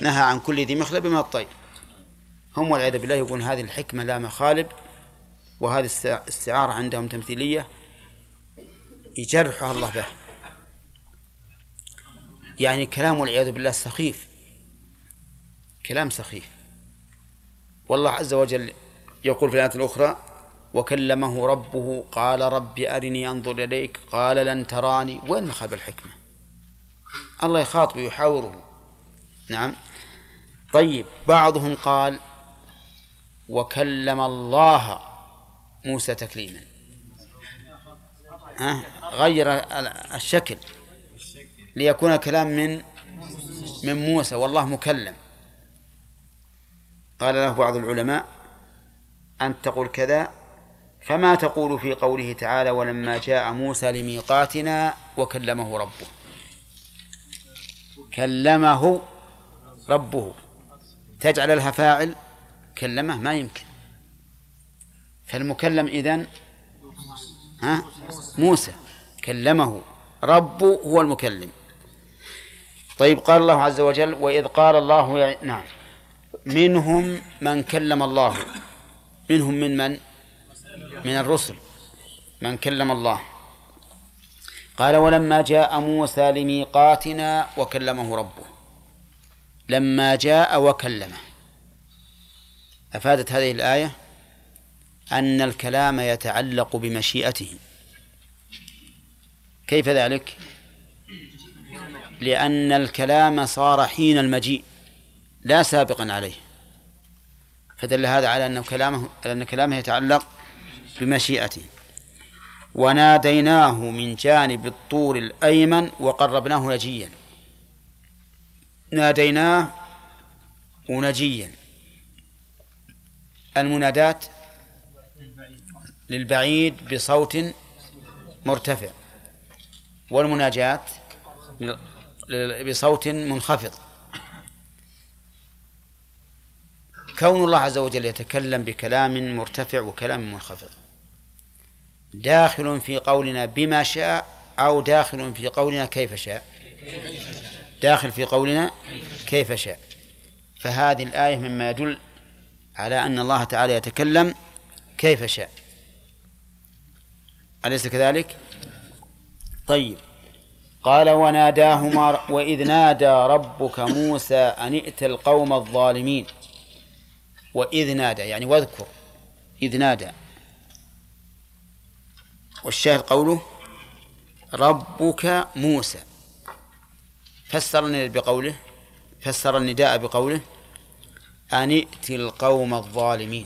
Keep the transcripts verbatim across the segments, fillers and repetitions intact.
نهى عن كل ذي مخلب من الطير. هم والعياذ بالله يقول هذه الحكمة لا مخالب، وهذه استعارة عندهم تمثيلية يجرحها الله به. يعني كلام والعياذ بالله سخيف، كلام سخيف. والله عز وجل يقول في الآية الأخرى وكلمه ربه قال رب أرني أنظر إليك قال لن تراني. وين مخالب الحكمة؟ الله يخاطب يحاوره. نعم. طيب بعضهم قال وكلم الله موسى تكليما، ها غير الشكل ليكون كلام من من موسى والله مكلم. قال له بعض العلماء أن تقول كذا، فما تقول في قوله تعالى ولما جاء موسى لميقاتنا وكلمه ربه؟ كلمه ربه تجعل لها فاعل كلمه؟ ما يمكن. فالمكلم إذن ها موسى، كلمه ربه هو المكلم. طيب قال الله عز وجل وإذ قال الله يع... نعم منهم من كلم الله. منهم من من من الرسل من كلم الله. قال ولما جاء موسى لميقاتنا وكلمه ربه. لما جاء وكلمه أفادت هذه الآية أن الكلام يتعلق بمشيئته. كيف ذلك؟ لأن الكلام صار حين المجيء لا سابقا عليه، فدل هذا على أن كلامه أن كلامه يتعلق بمشيئته. وناديناه من جانب الطور الأيمن وقربناه نجيا. ناديناه ونجيا. المنادات للبعيد بصوت مرتفع، والمناجات بصوت منخفض. كون الله عز وجل يتكلم بكلام مرتفع وكلام منخفض داخل في قولنا بما شاء أو داخل في قولنا كيف شاء؟ داخل في قولنا كيف شاء. فهذه الآية مما يدل على أن الله تعالى يتكلم كيف شاء، أليس كذلك؟ طيب قال وناداهما وإذ نادى ربك موسى أن ائت القوم الظالمين. وإذ نادى يعني واذكر إذ نادى، والشاهد قوله ربك موسى. فسر النداء بقوله فسر النداء بقوله أن ائت القوم الظالمين.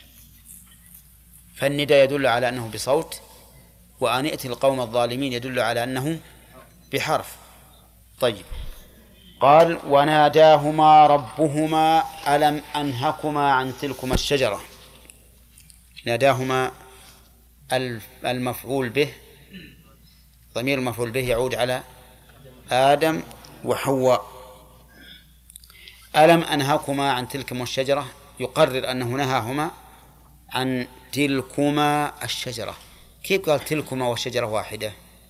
فالنداء يدل على أنه بصوت، وأن ائت القوم الظالمين يدل على أنه بحرف. طيب قال وناداهما ربهما ألم أنهكما عن تلكما الشجرة. ناداهما المفعول به ضمير المفعول به يعود على آدم وحواء. ألم أنهكما عن تلكما الشجرة يقرر أنه نهاهما عن تلكما الشجرة. كيف قال تلكما والشجرة واحدة؟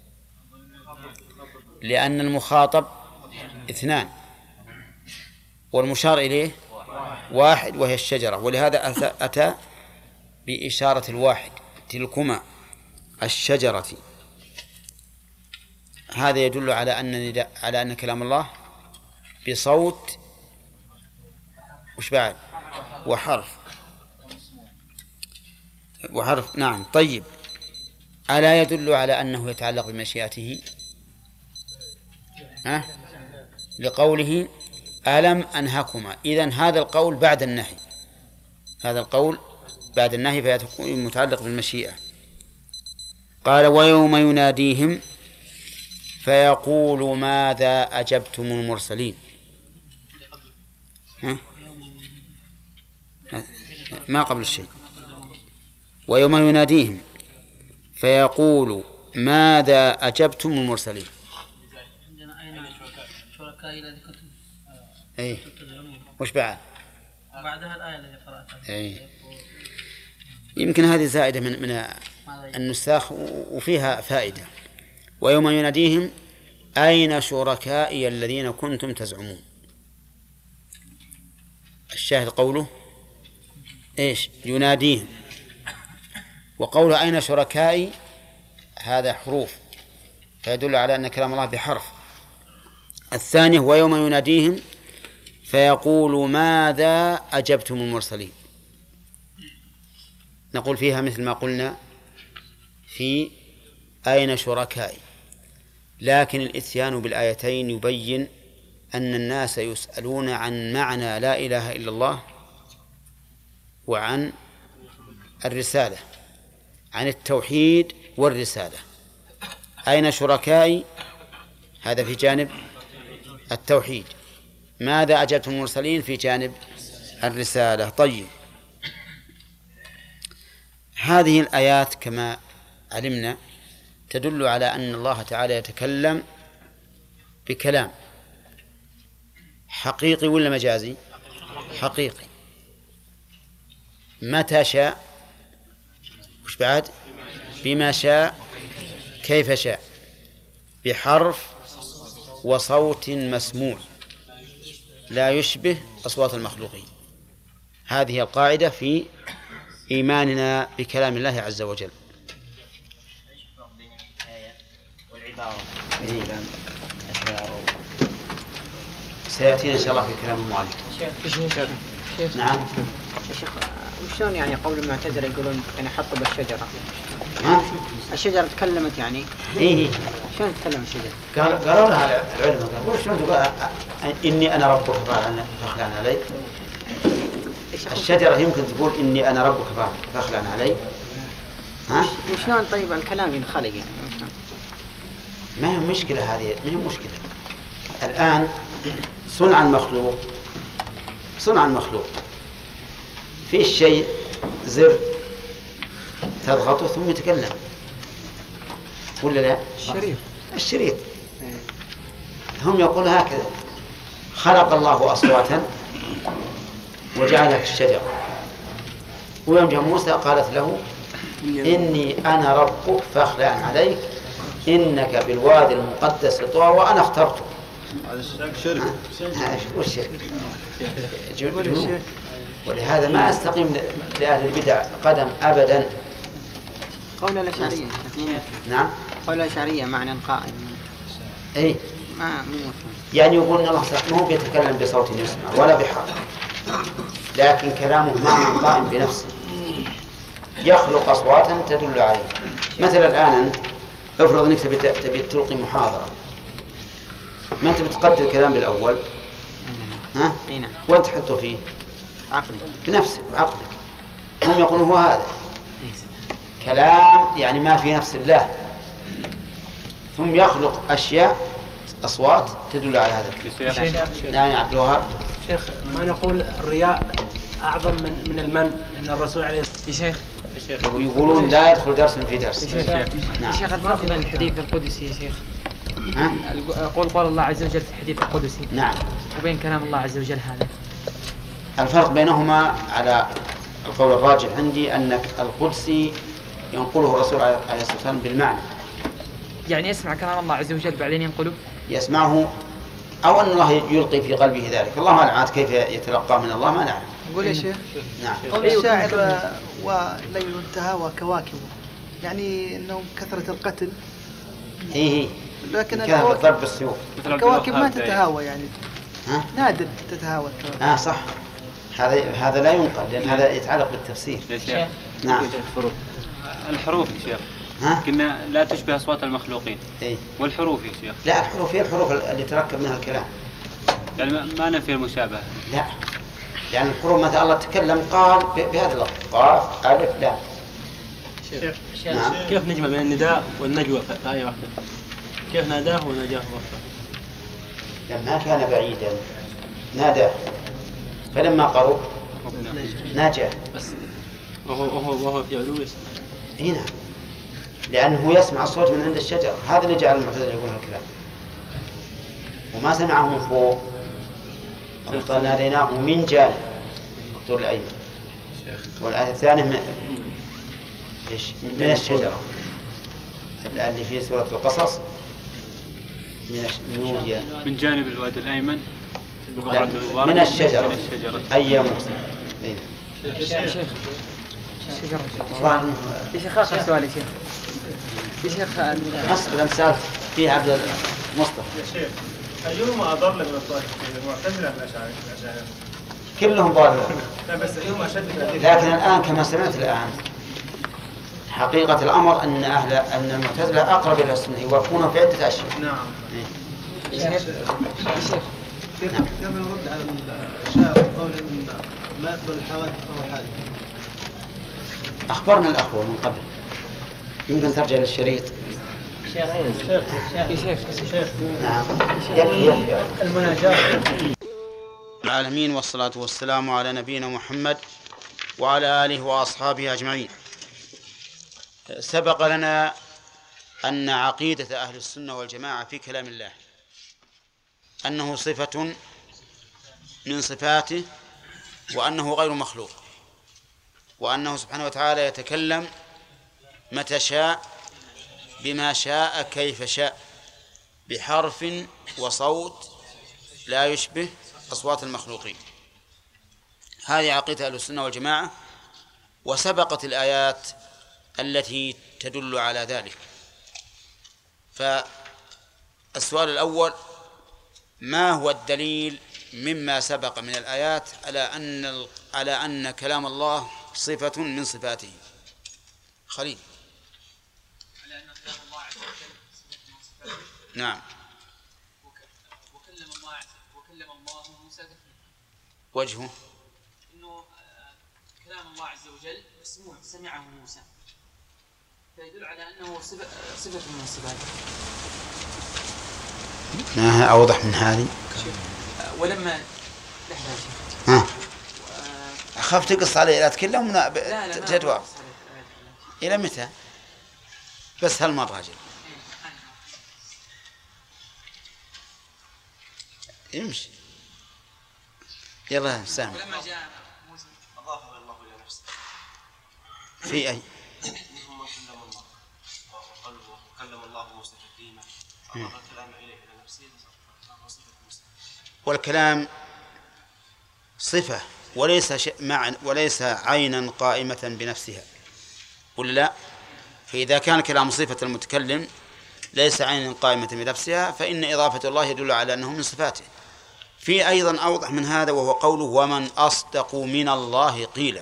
لأن المخاطب اثنان والمشار إليه واحد وهي الشجرة، ولهذا أتى بإشارة الواحد تلكما الشجرة. هذا يدل على أن على أن كلام الله بصوت وش بعد وحرف وحرف. نعم. طيب ألا يدل على أنه يتعلق بمشيئته؟ ها؟ لقوله ألم أنهكما. إذن هذا القول بعد النهي، هذا القول بعد النهي فيكون متعلق بالمشيئة. قال ويوم يناديهم فيقول ماذا أجبتم المرسلين. ها؟ ما قبل الشيء. ويوم يناديهم فيقول ماذا أجبتم المرسلين. أي وش بعد؟ بعدها الآية التي قرأتها. أي يمكن هذه زائدة من من النساخ وفيها فائدة. ويوم يناديهم أين شركائي الذين كنتم تزعمون. الشاهد قوله إيش يناديهم، وقوله أين شركائي هذا حروف فيدل على أن كلام الله بحرف. الثانية ويوم يناديهم فيقول ماذا أجبتم المرسلين، نقول فيها مثل ما قلنا في أين شركائي، لكن الإتيان بالآيتين يبين أن الناس يسألون عن معنى لا إله إلا الله وعن الرسالة، عن التوحيد والرسالة. أين شركائي هذا في جانب التوحيد، ماذا أجبتم المرسلين في جانب الرسالة. طيب، هذه الآيات كما علمنا تدل على أن الله تعالى يتكلم بكلام حقيقي ولا مجازي؟ حقيقي. متى شاء، وش بعد؟ بما شاء، كيف شاء، بحرف وصوت مسموع لا يشبه أصوات المخلوقين. هذه القاعدة في إيماننا بكلام الله عز وجل. سيأتينا إن شاء الله في كلام المؤلف. نعم. شيخ وشلون يعني قول المعتزلة يقولون يعني حطوا بالشجرة؟ ها؟ الشجرة تكلمت يعني؟ إيه. شلون تتكلم الشجرة؟ قال قالوا لها العلماء قالوا شلون تقول إني أنا ربك فاخلع علي؟ الشجرة يمكن تقول إني أنا ربك فاخلع علي؟ ها؟ وشلون طيب الكلام ينخلق يعني؟ ما هي مشكلة هذه، ما هي مشكلة. الآن صنع المخلوق صنع المخلوق في الشيء زر تضغطه ثم يتكلم ولا لا؟ الشريط الشريط هم يقول هكذا خلق الله أصواتا وجعلها في الشجرة، ويوم جاء موسى قالت له إني أنا ربك فاخلع عليك إنك بالوادي المقدس طوى وأنا اخترتك. شرك. وش شرك؟ ولهذا ما أستقيم لأهل البدع قدم أبدا. قول الأشعرية. نعم. قول الأشعرية معنى قائم. أي. ما مو يعني يقول إن الله ما هو بيتكلم بصوت يسمع ولا بحرف، لكن كلامه معنى قائم بنفسه يخلق أصواتا تدل عليه. مثلا الآن افرض انك تبي تبي تلقي محاضرة، ما انت بتقدر الكلام بالاول؟ ها؟ وانت تحطه فيه عقلي بنفسك بعقلك. هم يقولون هو هذا كلام يعني ما في نفس الله، ثم يخلق اشياء اصوات تدل على هذا. نعم يا عبد الوهاب. شيخ ما نقول الرياء اعظم من من المن ان الرسول عليه الصلاه والسلام يقولون لا يدخل درس في درس. نعم. شيخ الفرق بين الحديث القدسي يا شيخ، ها؟ قول قول الله عز وجل في الحديث القدسي نعم وبين كلام الله عز وجل هذا الفرق بينهما على القول الراجح عندي أن القدسي ينقله الرسول عليه الصلاة والسلام بالمعنى، يعني يسمع كلام الله عز وجل بعدين ينقله يسمعه أو أن الله يلقي في قلبه ذلك. الله أعلم كيف يتلقى من الله، ما نعلم. قول يا شيخ. نعم. قول الشاعر وليل انتهى وكواكب، يعني أنه كثرة القتل. إيه لكن كان بالضرب بالسيوف. الكواكب ما تتهاوى يعني. ها؟ نادر تتهاوى الكواكب. آه صح. هذا هذا لا ينقل لأن هذا يتعلق بالتفسير. نعم. الحروف يا شيخ. ها؟ كنا لا تشبه أصوات المخلوقين. إيه. والحروف يا شيخ. لا الحروف هي الحروف اللي تركب منها الكلام. يعني ما نفي المشابهة. لا. يعني الحروف مثلا الله تكلم قال بهذا اللفظ قاف ألف لام. شيخ نعم. كيف نجمع بين النداء والنجوى في آية واحدة؟ كيف ناداه ونجاه وقته؟ لما كان بعيدا ناداه فلما قرب ناجاه. بس وهو وهو وهو في علو هنا لأنه يسمع الصوت من عند الشجرة، هذا اللي جعل المعتزلة يقول هالكلام، وما سمعه من فوق. قال ناديناه من جانب الطول الأيمن. والآية الثانية من إيش؟ من الشجرة اللي في سورة القصص من من من جانب الوادي الأيمن لا، من الشجرة. من الشجرة. أي يا موسى. إيه. يا شيخ الشجرة طبعاً. يا شيخ آخر سؤال يا شيخ يا شيخ أصبر أنت سألت فيها عبد المصطفى. يا شيخ أيهما أضر من الطائفتين المعتزلة أم الأشاعرة؟ كلهم ضالون. لا بس أيهما أشد تأثيرا؟ لكن الآن كما سمعت الآن حقيقة الأمر أن أهل أن المعتزلة أقرب إلى السنة يوافقون في عدة أشياء. نعم. يا شيخ يا شيخ كيف كيف نرد على الشاعر قول ان ما يقبل الحوادث او حادث؟ أخبرنا الأخوة من قبل، يمكن ترجع للشريط. يا شيخ شيخ نعم. يكفي يكفي. المناجاة. العالمين والصلاة والسلام على نبينا محمد وعلى آله وأصحابه أجمعين. سبق لنا أن عقيدة أهل السنة والجماعة في كلام الله أنه صفة من صفاته، وأنه غير مخلوق، وأنه سبحانه وتعالى يتكلم متى شاء بما شاء كيف شاء بحرف وصوت لا يشبه أصوات المخلوقين. هذه عقيدة أهل السنة والجماعة، وسبقت الآيات التي تدل على ذلك. فالسؤال الأول: ما هو الدليل مما سبق من الآيات على أن على أن كلام الله صفة من صفاته؟ خليل. على أن كلام الله عز وجل صفة من صفاته. نعم. وكلم الله وكلم الله موسى تكليما. وجهه إنه كلام الله عز وجل مسموع سمعه موسى، فيدل على أنه صفة صفة من صفاته. ما أوضح من هذه؟ ولما لحظة يا شيخ. ها. أخاف تقص علي لا تكلم لا لا ما جدوى. أقص عليك. إلى متى؟ بس هالمرة أجل. يمشي. يلا سام. ولما جاء موسى اضافه الله الى نفسه. في أي؟ ثم كلم الله وقال وكلم الله موسى تكليما. اضاف الكلام اليه الى نفسه وصفه موسى. والكلام صفة وليس مع وليس عينا قائمة بنفسها، ولا لا؟ فإذا كان كلام صفة المتكلم ليس عينا قائمة بنفسها فإن إضافة الله يدل على أنه من صفاته. في أيضا أوضح من هذا وهو قوله: ومن أصدق من الله قيلا.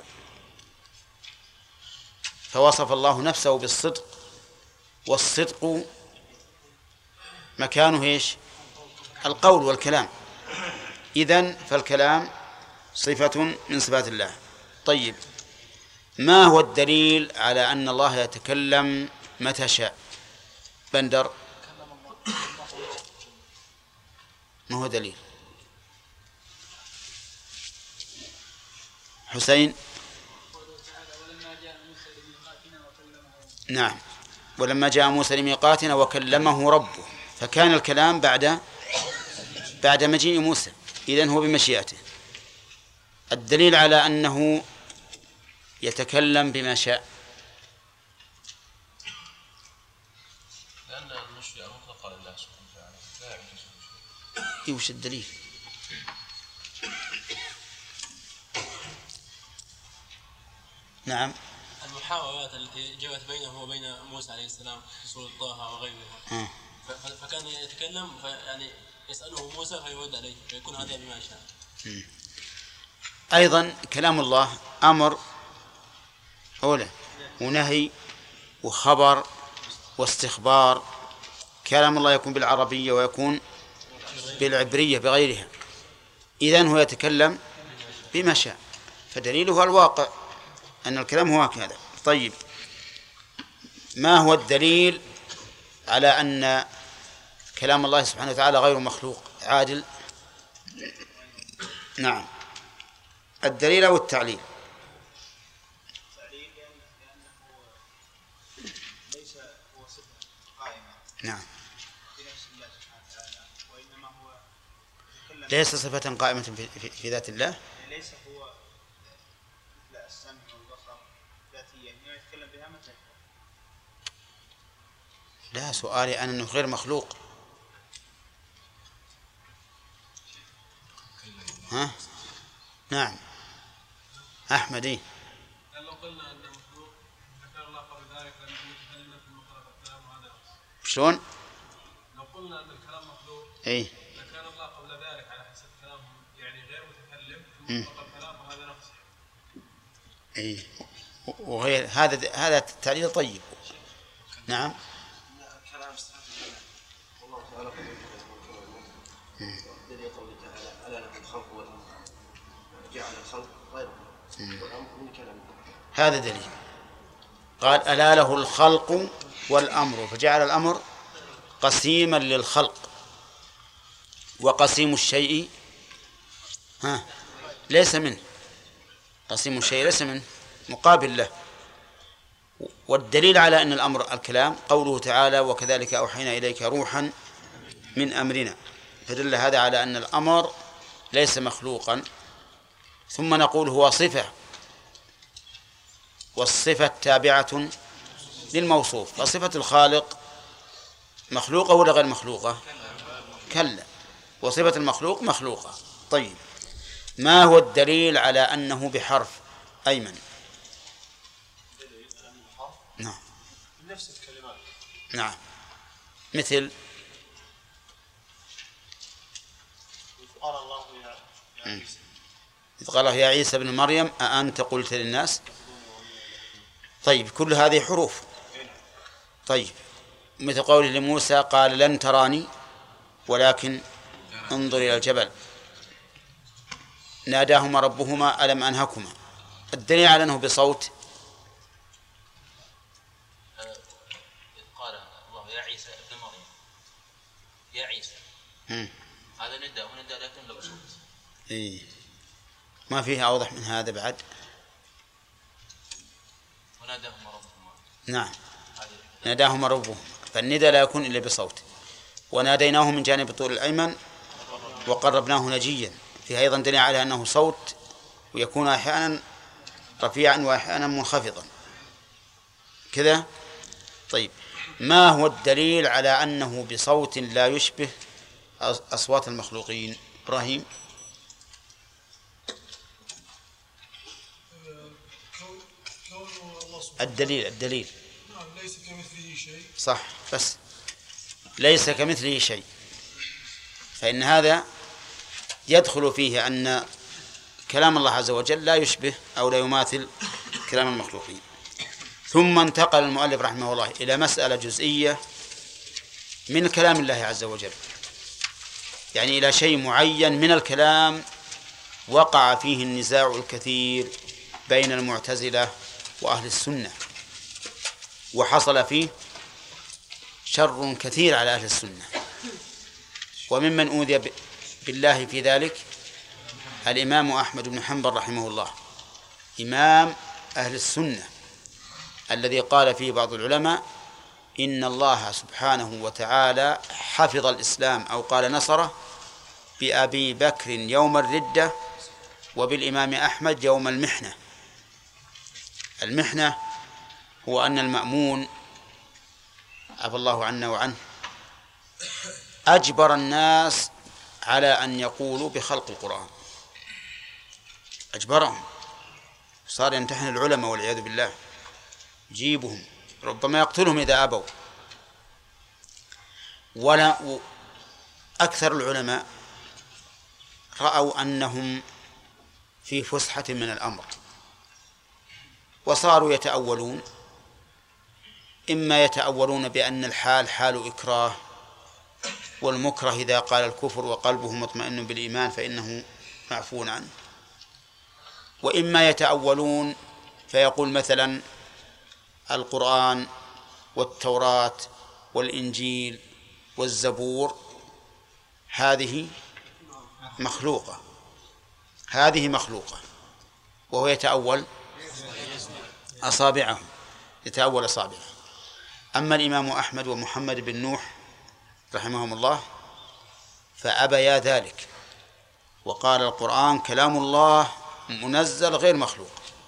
فوصف الله نفسه بالصدق، والصدق مكانه إيش؟ القول والكلام. إذن فالكلام صفة من صفات الله. طيب، ما هو الدليل على أن الله يتكلم متى شاء؟ بندر. ما هو دليل؟ حسين. نعم، ولما جاء موسى لميقاتنا وكلمه ربه، فكان الكلام بعد بعد مجيء موسى، إذن هو بمشيئته. الدليل على أنه يتكلم بما شاء. لان المشيئه مطلقه لله سبحانه وتعالى لا يعجزه شيء. وش الدليل؟ نعم. المحاورات التي جرت بينه وبين موسى عليه السلام في سورة طه وغيرها، فكان يتكلم يعني يسأله موسى فيرد عليه، فيكون هذا بما شاء. أيضا كلام الله أمر أولى ونهي وخبر واستخبار. كلام الله يكون بالعربية ويكون بالعبرية بغيرها، إذن هو يتكلم بما شاء، فدليله الواقع أن الكلام هو هكذا. طيب، ما هو الدليل على أن كلام الله سبحانه وتعالى غير مخلوق؟ عادل. نعم، الدليل أو التعليل؟ التعليل لأنه ليس هو صفة قائمة نعم، بنفس الله سبحانه وتعالى، وإنما هو ليس صفة قائمة في, في, في ذات الله. ليس هو مثل السمع والبصر ذاتيا، إنما يتكلم بها متى. لا، سؤالي أنا أنه غير مخلوق. ها؟ نعم أحمد إيه؟ لو قلنا أن مخلوق ذكر الله قبل ذلك لم يتكلم في مخالفة الكلام وهذا شلون؟ لو قلنا أن الكلام مخلوق إيه؟ لكان الله قبل ذلك على حسب كلامهم يعني غير متكلم ثم قبل الكلام وهذا نقص. إيه وغير هذا هذا التعليل طيب. نعم. كلام استثناء والله تعالى الذي قوله تعالى ألا له الخلق والأمر جعل الخلق غير والأمر من كلامه. هذا دليل. قال ألا له الخلق والأمر فجعل الأمر قسيما للخلق، وقسيم الشيء ها ليس منه، قسيم الشيء ليس منه مقابل له. والدليل على أن الأمر الكلام قوله تعالى وكذلك أوحينا إليك روحا من أمرنا، فدل هذا على أن الأمر ليس مخلوقا. ثم نقول هو صفة، والصفة تابعة للموصوف، فصفة الخالق مخلوقة ولا غير مخلوقة؟ كلا. وصفة المخلوق مخلوقة. طيب ما هو الدليل على أنه بحرف أيمن؟ نعم نفس الكلمات. نعم مثل قال الله يا عيسى إذ قال يا عيسى ابن مريم أأنت قلت للناس. طيب كل هذه حروف. طيب مثل قوله لموسى قال لن تراني ولكن انظر إلى الجبل. ناداهما ربهما ألم أنهكما. الدليل على أنه بصوت قال الله يا عيسى ابن مريم يا عيسى مم. هذا ندى وندى لكن له صوت. إيه ما فيها أوضح من هذا بعد. وناداهما ربهما. نعم ناداهما ربهما، فالندى لا يكون إلا بصوت. وناديناه من جانب الطور الأيمن وقربناه نجيا، فيه أيضا دليل على أنه صوت ويكون أحيانا رفيعا وأحيانا منخفضا كذا. طيب ما هو الدليل على أنه بصوت لا يشبه أصوات المخلوقين؟ إبراهيم. الدليل الدليل ليس كمثله شيء. صح بس ليس كمثله شيء، فإن هذا يدخل فيه أن كلام الله عز وجل لا يشبه أو لا يماثل كلام المخلوقين. ثم انتقل المؤلف رحمه الله إلى مسألة جزئية من كلام الله عز وجل، يعني إلى شيء معين من الكلام وقع فيه النزاع الكثير بين المعتزلة وأهل السنة، وحصل فيه شر كثير على أهل السنة. وممن أوذي بالله في ذلك الإمام أحمد بن حنبل رحمه الله، إمام أهل السنة، الذي قال فيه بعض العلماء إن الله سبحانه وتعالى حفظ الإسلام أو قال نصره بأبي بكر يوم الردة وبالإمام أحمد يوم المحنة. المحنة هو أن المأمون عفى الله عنا وعنه أجبر الناس على أن يقولوا بخلق القرآن، أجبرهم، صار يمتحن العلماء والعياذ بالله، يجيبهم ربما يقتلهم إذا أبوا. ولا أكثر العلماء رأوا أنهم في فسحة من الأمر، وصاروا يتأولون، إما يتأولون بأن الحال حال إكراه، والمكره إذا قال الكفر وقلبه مطمئن بالإيمان فإنه معفو عنه، وإما يتأولون فيقول مثلا القرآن والتوراة والإنجيل والزبور هذه مخلوقة، هذه مخلوقة، وهو يتأول أصابعهم، يتأول أصابعه. أما الإمام أحمد ومحمد بن نوح رحمهم الله فأبيا ذلك، وقال القرآن كلام الله منزل غير مخلوق،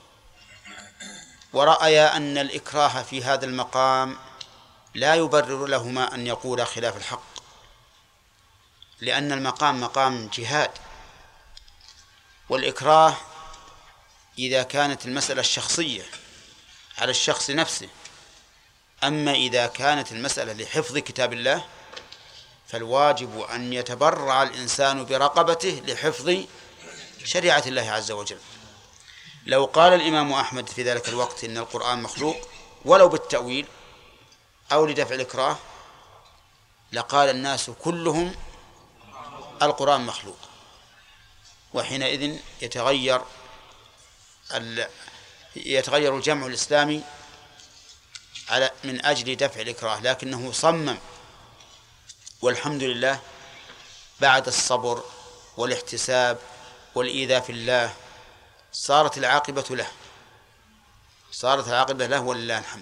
ورأيا أن الإكراه في هذا المقام لا يبرر لهما أن يقولا خلاف الحق، لأن المقام مقام جهاد، والإكراه إذا كانت المسألة الشخصية على الشخص نفسه. أما إذا كانت المسألة لحفظ كتاب الله فالواجب أن يتبرع الإنسان برقبته لحفظ شريعة الله عز وجل. لو قال الإمام أحمد في ذلك الوقت إن القرآن مخلوق ولو بالتأويل أو لدفع الإكراه لقال الناس كلهم القرآن مخلوق، وحينئذ يتغير يتغير الجمع الإسلامي على من أجل دفع الإكراه. لكنه صمم، والحمد لله بعد الصبر والاحتساب والإيذاء في الله صارت العاقبة له صارت العاقبة له ولله الحمد.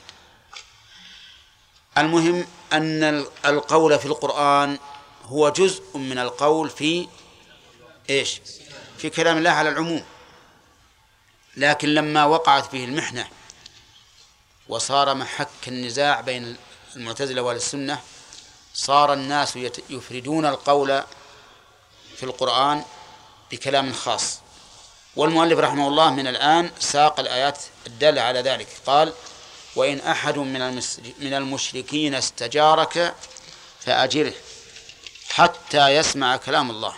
المهم أن القول في القرآن هو جزء من القول في إيش؟ في كلام الله على العموم. لكن لما وقعت فيه المحنة وصار محك النزاع بين المعتزلة والسنة صار الناس يفردون القول في القرآن بكلام خاص. والمؤلف رحمه الله من الآن ساق الآيات الدالة على ذلك. قال: وإن أحد من المشركين استجارك فأجره حتى يسمع كلام الله.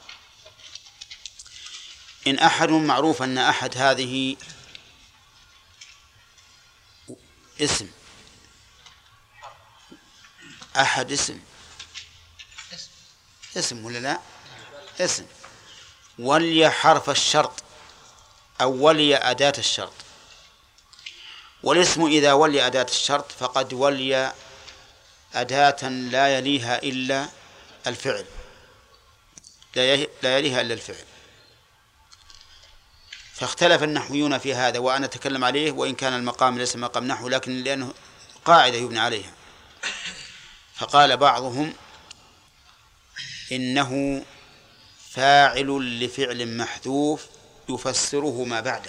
إن أحد معروف أن أحد هذه اسم أحد اسم اسم ولا لا؟ اسم. ولي حرف الشرط أو ولي أداة الشرط. والاسم إذا ولي أداة الشرط فقد ولي أداة لا يليها إلا الفعل لا يليها إلا الفعل. فاختلف النحويون في هذا وأنا أتكلم عليه، وإن كان المقام ليس مقام نحو لكن لأنه قاعدة يبنى عليها. فقال بعضهم إنه فاعل لفعل محذوف يفسره ما بعده،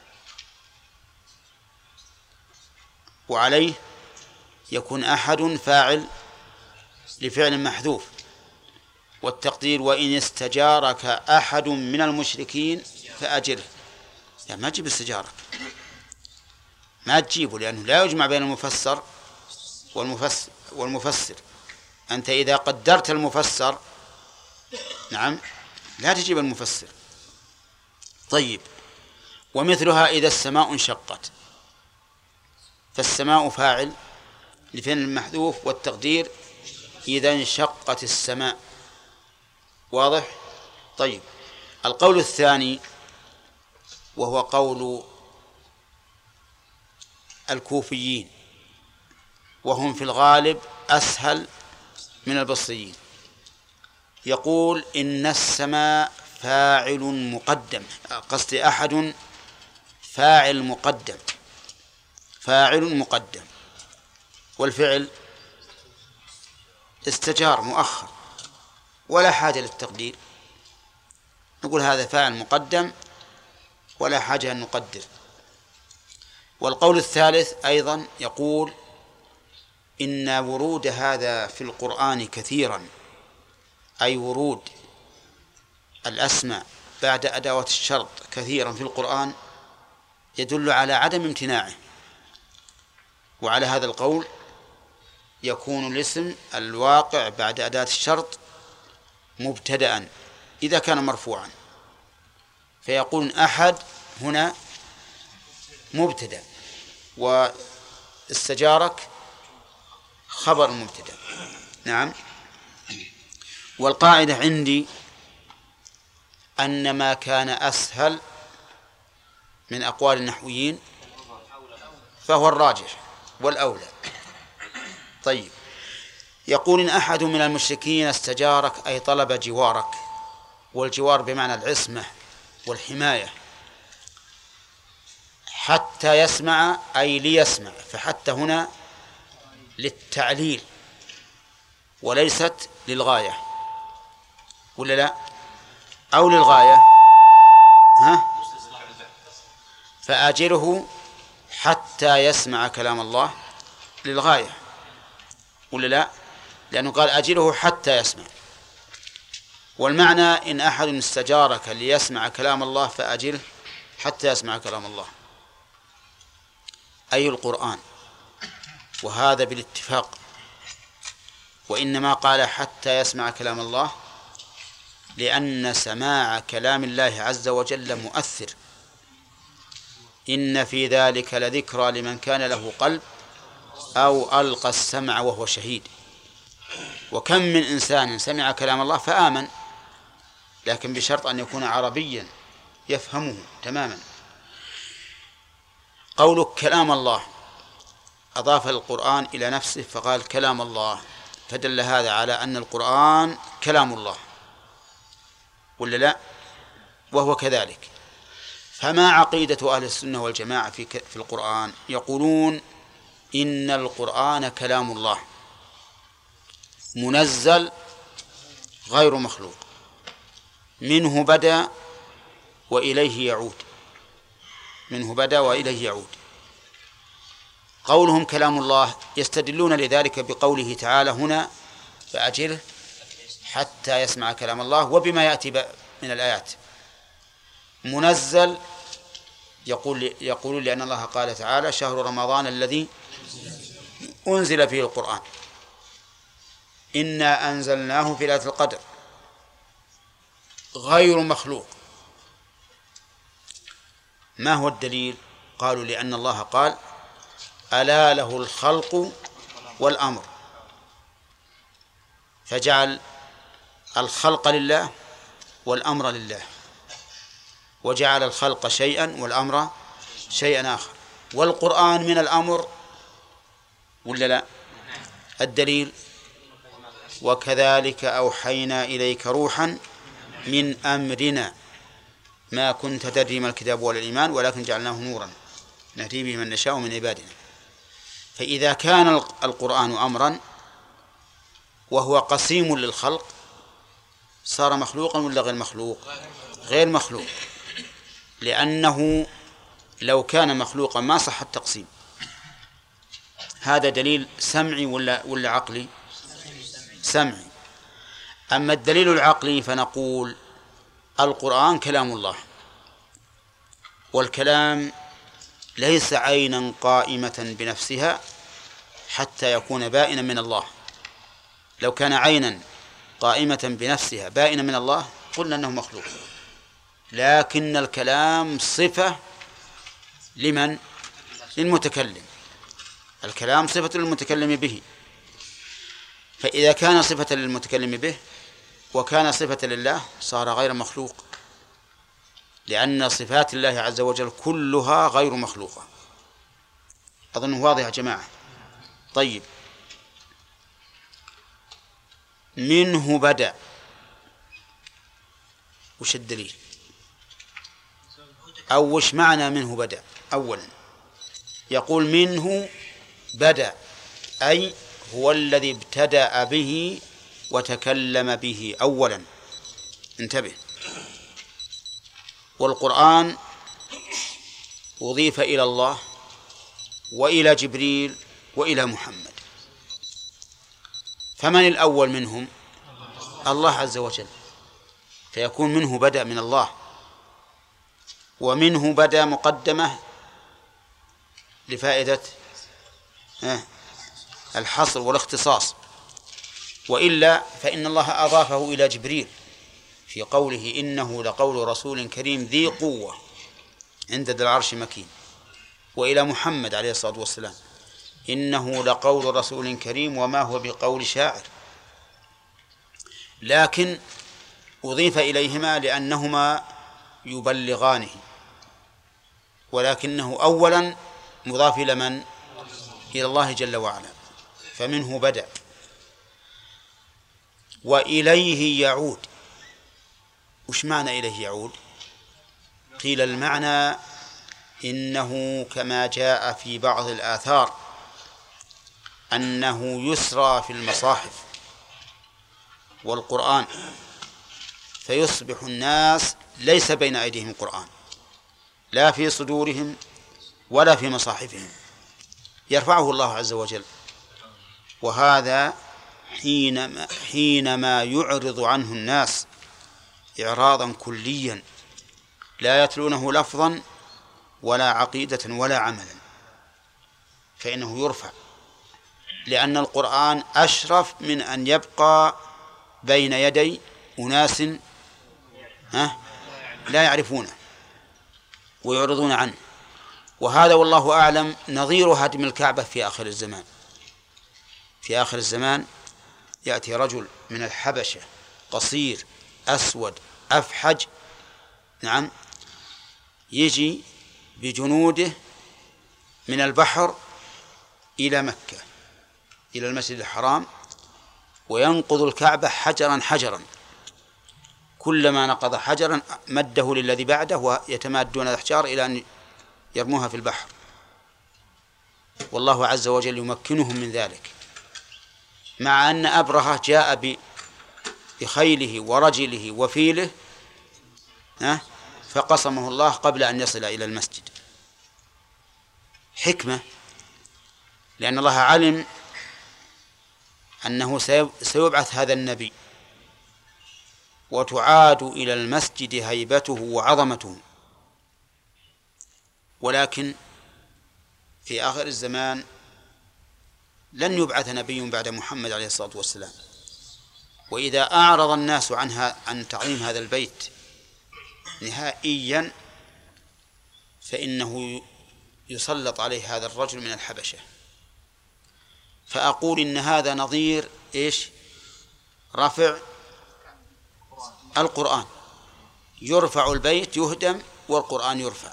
وعليه يكون أحد فاعل لفعل محذوف، والتقدير وإن استجارك أحد من المشركين فأجره. يعني ما تجيب استجارة، ما تجيبه، لأنه لا يجمع بين المفسر والمفسر والمفسر. أنت إذا قدرت المفسر نعم لا تجيب المفسر. طيب، ومثلها إذا السماء انشقت فالسماء فاعل لفعل محذوف، والتقدير إذا انشقت السماء. واضح؟ طيب، القول الثاني وهو قول الكوفيين وهم في الغالب أسهل من البصريين، يقول إن السماء فاعل مقدم، قصدي أحد فاعل مقدم فاعل مقدم والفعل استجار مؤخر ولا حاجة للتقدير، نقول هذا فاعل مقدم ولا حاجة أن نقدر. والقول الثالث أيضا يقول إن ورود هذا في القرآن كثيرا، أي ورود الأسماء بعد أدوات الشرط كثيرا في القرآن يدل على عدم امتناعه. وعلى هذا القول يكون الاسم الواقع بعد أداة الشرط مبتدأ إذا كان مرفوعا، فيقول أحد هنا مبتدأ واستجارك خبر مبتدأ. نعم. والقاعدة عندي أن ما كان أسهل من أقوال النحويين فهو الراجح والأولى. طيب، يقول إن أحد من المشركين استجارك أي طلب جوارك، والجوار بمعنى العصمة والحماية، حتى يسمع أي ليسمع، فحتى هنا للتعليل وليست للغاية، ولا لا؟ أو للغاية، ها؟ فآجره حتى يسمع كلام الله للغاية، ولا لا؟ لأنه قال آجره حتى يسمع. والمعنى إن أحد استجارك ليسمع كلام الله فأجله حتى يسمع كلام الله، أي القرآن، وهذا بالاتفاق. وإنما قال حتى يسمع كلام الله لأن سماع كلام الله عز وجل مؤثر. إن في ذلك لذكرى لمن كان له قلب أو ألقى السمع وهو شهيد. وكم من إنسان سمع كلام الله فآمن، لكن بشرط أن يكون عربيا يفهمه تماما. قولك كلام الله أضاف القرآن إلى نفسه فقال كلام الله، فدل هذا على أن القرآن كلام الله، ولا لا؟ وهو كذلك. فما عقيدة أهل السنة والجماعة في في القرآن؟ يقولون إن القرآن كلام الله منزل غير مخلوق، منه بدأ وإليه يعود، منه بدأ وإليه يعود. قولهم كلام الله يستدلون لذلك بقوله تعالى هنا فأجله حتى يسمع كلام الله، وبما يأتي من الآيات. منزل يقول يقولون لأن الله قال تعالى شهر رمضان الذي أنزل فيه القرآن، إنا أنزلناه في ليلة القدر، غير مخلوق. ما هو الدليل؟ قالوا لأن الله قال ألا له الخلق والأمر، فجعل الخلق لله والأمر لله، وجعل الخلق شيئا والأمر شيئا آخر. والقرآن من الأمر ولا لا؟ الدليل وكذلك أوحينا إليك روحا من أمرنا ما كنت تدري ما الكتاب ولا الإيمان ولكن جعلناه نورا نهدي به من نشاء من عبادنا. فإذا كان القرآن أمرا وهو قسيم للخلق صار مخلوقا ولا غير مخلوق؟ غير مخلوق، لأنه لو كان مخلوقا ما صح التقسيم. هذا دليل سمعي ولا ولا عقلي؟ سمعي. أما الدليل العقلي فنقول القرآن كلام الله، والكلام ليس عينا قائمة بنفسها حتى يكون بائنا من الله. لو كان عينا قائمة بنفسها بائنا من الله قلنا أنه مخلوق، لكن الكلام صفة لمن؟ للمتكلم. الكلام صفة للمتكلم به، فإذا كان صفة للمتكلم به وكان صفة لله صار غير مخلوق، لأن صفات الله عز وجل كلها غير مخلوقة. أظنه واضح يا جماعة. طيب، منه بدأ، وش الدليل؟ أو وش معنى منه بدأ؟ أولا يقول منه بدأ، أي هو الذي ابتدأ به وتكلم به أولا. انتبه، والقرآن أضيف إلى الله وإلى جبريل وإلى محمد، فمن الأول منهم؟ الله عز وجل، فيكون منه بدأ من الله. ومنه بدأ مقدمة لفائدة الحصر والاختصاص، وإلا فإن الله أضافه إلى جبريل في قوله إنه لقول رسول كريم ذي قوة عند ذي العرش مكين، وإلى محمد عليه الصلاة والسلام إنه لقول رسول كريم وما هو بقول شاعر. لكن أضيف إليهما لأنهما يبلغانه، ولكنه أولا مضاف إلى من؟ إلى الله جل وعلا. فمنه بدأ وإليه يعود. وش معنى إليه يعود؟ قيل المعنى إنه كما جاء في بعض الآثار أنه يسرى في المصاحف والقرآن فيصبح الناس ليس بين أيديهم قرآن، لا في صدورهم ولا في مصاحفهم، يرفعه الله عز وجل. وهذا حينما, حينما يعرض عنه الناس إعراضا كليا لا يتلونه لفظا ولا عقيدة ولا عملا، فإنه يرفع، لأن القرآن أشرف من أن يبقى بين يدي أناس لا يعرفونه ويعرضون عنه. وهذا والله أعلم نظير هدم الكعبة في آخر الزمان. في آخر الزمان يأتي رجل من الحبشة قصير أسود أفحج، نعم، يجي بجنوده من البحر إلى مكة إلى المسجد الحرام وينقض الكعبة حجرا حجرا، كلما نقض حجرا مده للذي بعده ويتمادون الأحجار إلى أن يرموها في البحر، والله عز وجل يمكنهم من ذلك، مع أن أبرهة جاء بخيله ورجله وفيله فقسمه الله قبل أن يصل إلى المسجد. حكمة، لأن الله علم أنه سيبعث هذا النبي وتعاد إلى المسجد هيبته وعظمته، ولكن في آخر الزمان لن يبعث نبي بعد محمد عليه الصلاة والسلام، وإذا أعرض الناس عنها عن تعظيم هذا البيت نهائيا فإنه يسلط عليه هذا الرجل من الحبشة. فأقول إن هذا نظير إيش؟ رفع القرآن، يرفع البيت يهدم والقرآن يرفع.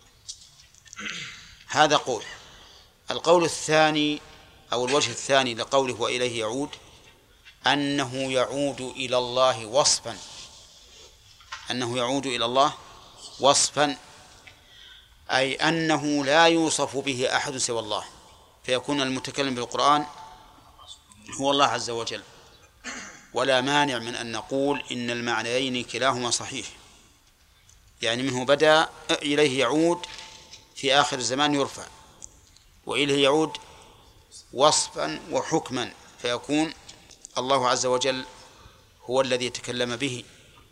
هذا قول. القول الثاني أو الوجه الثاني لقوله وإليه يعود أنه يعود إلى الله وصفا، أنه يعود إلى الله وصفا، أي أنه لا يوصف به أحد سوى الله، فيكون المتكلم بالقرآن هو الله عز وجل، ولا مانع من أن نقول إن المعنيين كلاهما صحيح، يعني منه بدأ إليه يعود في آخر الزمان يرفع، وإليه يعود وصفا وحكما، فيكون الله عز وجل هو الذي يتكلم به.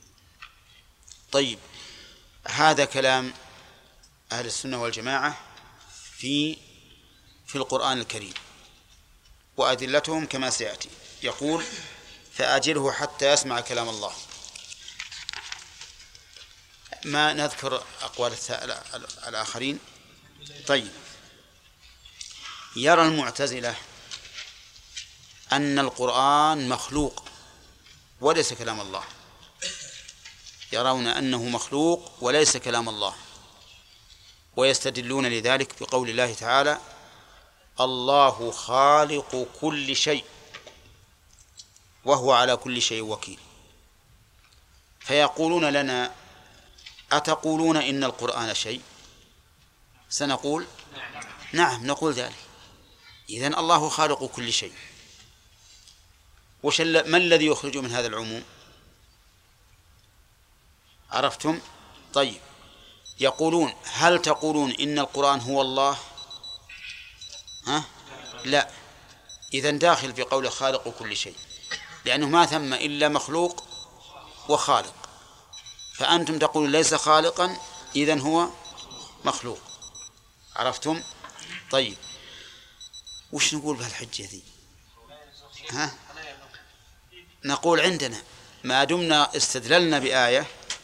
طيب، هذا كلام أهل السنة والجماعة في في القرآن الكريم، وأدلتهم كما سيأتي. يقول فأجله حتى يسمع كلام الله. ما نذكر أقوال الآخرين. طيب، يرى المعتزلة أن القرآن مخلوق وليس كلام الله، يرون أنه مخلوق وليس كلام الله، ويستدلون لذلك بقول الله تعالى الله خالق كل شيء وهو على كل شيء وكيل. فيقولون لنا أتقولون إن القرآن شيء؟ سنقول نعم، نقول ذلك. إذن الله خالق كل شيء. وش ما الذي يخرج من هذا العموم؟ عرفتم؟ طيب، يقولون هل تقولون إن القرآن هو الله؟ ها؟ لا. إذن داخل في قول خالق كل شيء، لأنه ما ثم إلا مخلوق وخالق، فأنتم تقولون ليس خالقا إذن هو مخلوق. عرفتم؟ طيب، وش نقول بهالحجة ذي؟ ها؟ نقول عندنا ما دمنا استدللنا بآية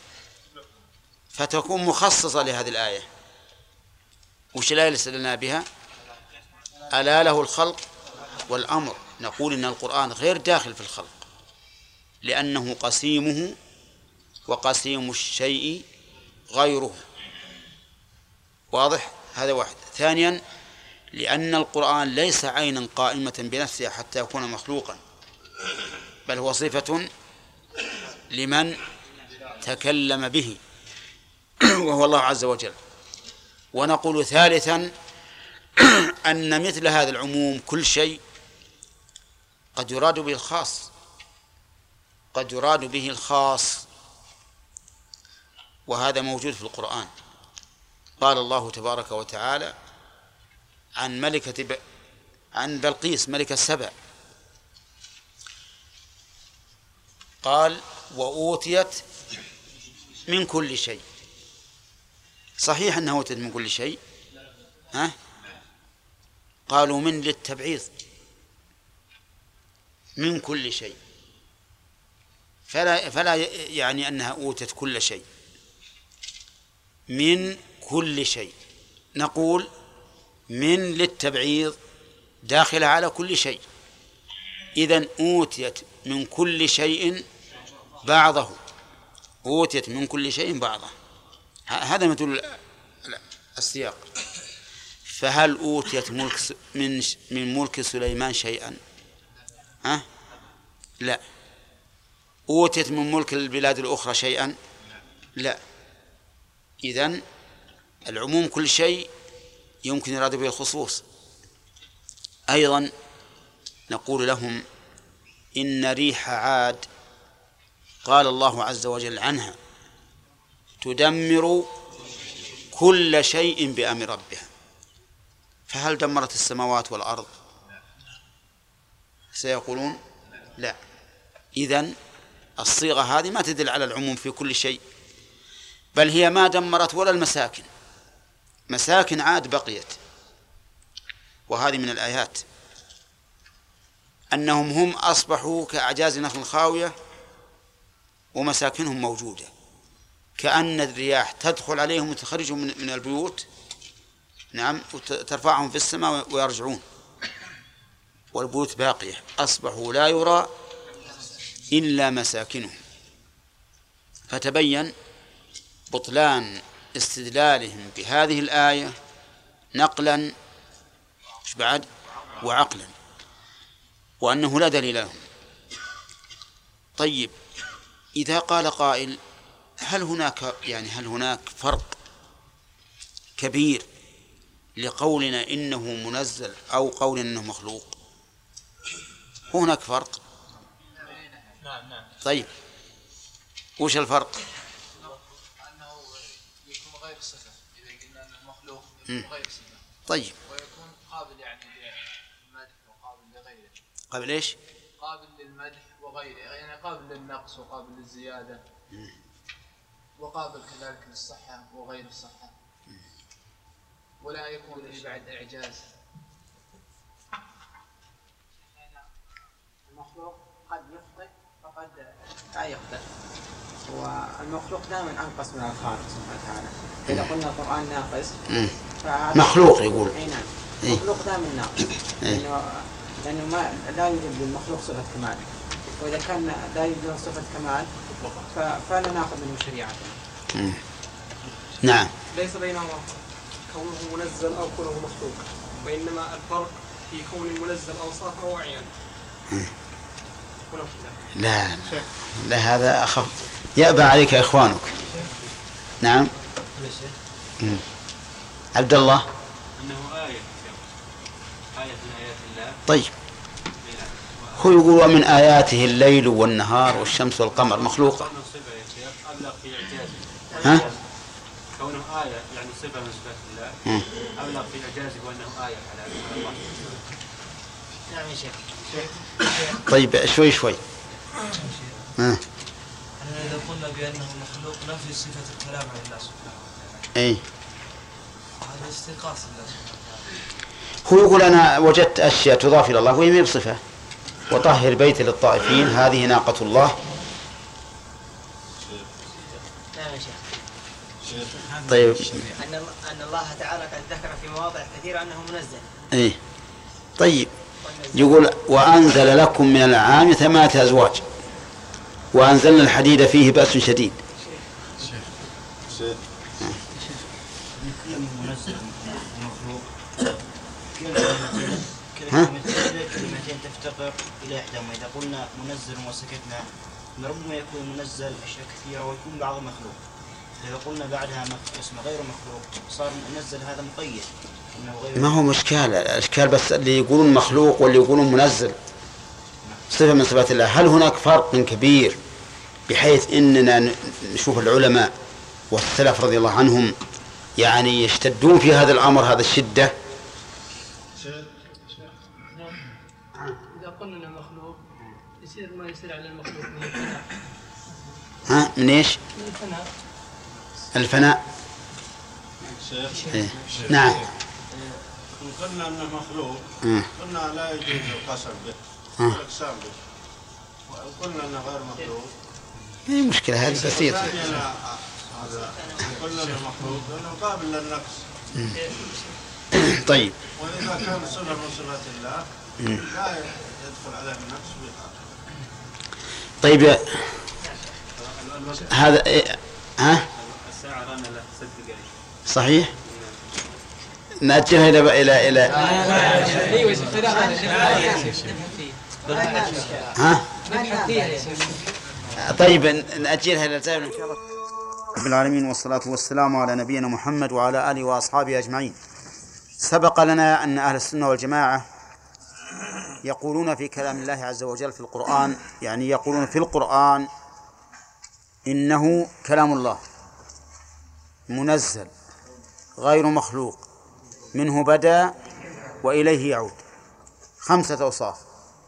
فتكون مخصصة لهذه الآية. وش الآية اللي استدللنا بها؟ ألا له الخلق والأمر. نقول إن القرآن غير داخل في الخلق، لأنه قسيمه وقسيم الشيء غيره. واضح؟ هذا واحد. ثانيا، لأن القرآن ليس عينا قائمة بنفسها حتى يكون مخلوقا، بل هو صفة لمن تكلم به وهو الله عز وجل. ونقول ثالثا أن مثل هذا العموم كل شيء قد يراد به الخاص، قد يراد به الخاص، وهذا موجود في القرآن. قال الله تبارك وتعالى عن ملكة ب... عن بلقيس ملكة سبأ، قال وأوتيت من كل شيء. صحيح أنها أوتيت من كل شيء، ها؟ قالوا من للتبعيض، من كل شيء، فلا فلا يعني أنها أوتت كل شيء، من كل شيء. نقول من للتبعيض داخلة على كل شيء، إذن أوتيت من كل شيء بعضه، أوتيت من كل شيء بعضه، هذا مثل السياق. فهل أوتيت ملك من من ملك سليمان شيئا؟ ها؟ لا. أوتيت من ملك البلاد الأخرى شيئا؟ لا. إذن العموم كل شيء يمكن يراد به الخصوص. أيضا نقول لهم إن ريح عاد قال الله عز وجل عنها تدمر كل شيء بأمر ربها، فهل دمرت السماوات والأرض؟ سيقولون لا. إذن الصيغة هذه ما تدل على العموم في كل شيء، بل هي ما دمرت ولا المساكن، مساكن عاد بقيت. وهذه من الآيات أنهم هم أصبحوا كأعجاز نخل خاوية ومساكنهم موجودة، كأن الرياح تدخل عليهم وتخرجهم من, من البيوت، نعم، وترفعهم في السماء ويرجعون، والبيوت باقية، أصبحوا لا يرى إلا مساكنهم. فتبين بطلان استدلالهم بهذه الآية نقلا بعد وعقلا، وأنه لا دليل لهم. طيب، إذا قال قائل هل هناك يعني هل هناك فرق كبير لقولنا إنه منزل أو قولنا إنه مخلوق؟ هناك فرق. طيب، وش الفرق؟ أنه يكون غير صفة، إذا قلنا أنه مخلوق يكون غير صفة. طيب، ويكون قابل يعني للمدح وقابل لغيره. قابل إيش؟ قابل للمدح وغيره، يعني قابل للنقص وقابل للزيادة، وقابل كذلك للصحة وغير الصحة، ولا يكون بعد إعجاز. المخلوق قد يخطئ وقد لا يخطئ، والمخلوق دائما أنقص من الخالق سبحانه وتعالى. إذا قلنا القرآن ناقص مخلوق يقول أي نعم، مخلوق دائما ناقص، لأنه لأنه ما لا يوجد للمخلوق صفة كمال، وإذا كان لا يوجد له صفة كمال فلا نأخذ منه شريعتنا. نعم. ليس بينهما كونه منزل أو كونه مخلوق، وإنما الفرق في كون المنزل أوصاف أو أعيان. لا لا هذا أخف، يأبى عليك إخوانك. نعم. عبد الله. أنه آية آية من آيات الله. طيب، هو يقول ومن آياته الليل والنهار والشمس والقمر مخلوقة. ها؟ كونه آية يعني صفة من صفات الله، أبلغ في إعجازه وأنه آية على الله. نعم يا شيخ. طيب، شوي شوي. ها. إذا قلنا بأنه مخلوق نفي صفة الكلام عن الله سبحانه وتعالى. أي. هذا استنقاص الله سبحانه وتعالى. هو يقول أنا وجدت أشياء تضاف إلى الله وهي ما بصفة. وطهر بيت للطائفين هذه ناقة الله. نعم يا شيخ. طيب. أن أن الله تعالى قد ذكر في مواضع كثيرة أنه منزل. إيه. طيب، يقول وأنزل لكم من الأنعام ثمانية أزواج وأنزلنا الحديد فيه بأس شديد. منزل ومخلوق كلمتين تفتقر إلى إحداهما. إذا قلنا منزل وسكتنا ربما يكون منزل أشياء كثيرة ويكون بعض مخلوق. إذا قلنا بعدها اسم غير مخلوق صار منزل هذا مقيد. ما هو مشكال، الأشكال بس اللي يقولون مخلوق واللي يقولون منزل صفة من صفات الله. هل هناك فرق كبير بحيث إننا نشوف العلماء والسلف رضي الله عنهم يعني يشتدون في هذا الأمر هذا الشدة؟ إذا قلنا إنه مخلوق يصير ما يصير على المخلوق من الفناء. ها من إيش؟ من الفناء. الفناء. شيخ. إيه. نعم. إن قلنا أنه مخلوق آه. قلنا لا يجوز القسم به آه. والإقسام به، وإن قلنا أنه غير مخلوق اي مشكلة، هذه بسيطة. هذا قلنا أنه مخلوق لأنه قابل للنقص. طيب. وإذا كان صفة من صفات الله لا يدخل عليه النقص ويقع. طيب يا هذا إيه؟ ها؟ الساعة رانا له ست دقائق. صحيح؟ نأجلها إلى إلى إلى ها؟ طيب نأجلها إلى الزمن إن شاء الله. رب العالمين، والصلاة والسلام على نبينا محمد وعلى آله وأصحابه أجمعين. سبق لنا أن أهل السنة والجماعة يقولون في كلام الله عز وجل في القرآن، يعني يقولون في القرآن إنه كلام الله منزل غير مخلوق، منه بدأ وإليه يعود. خمسة أوصاف.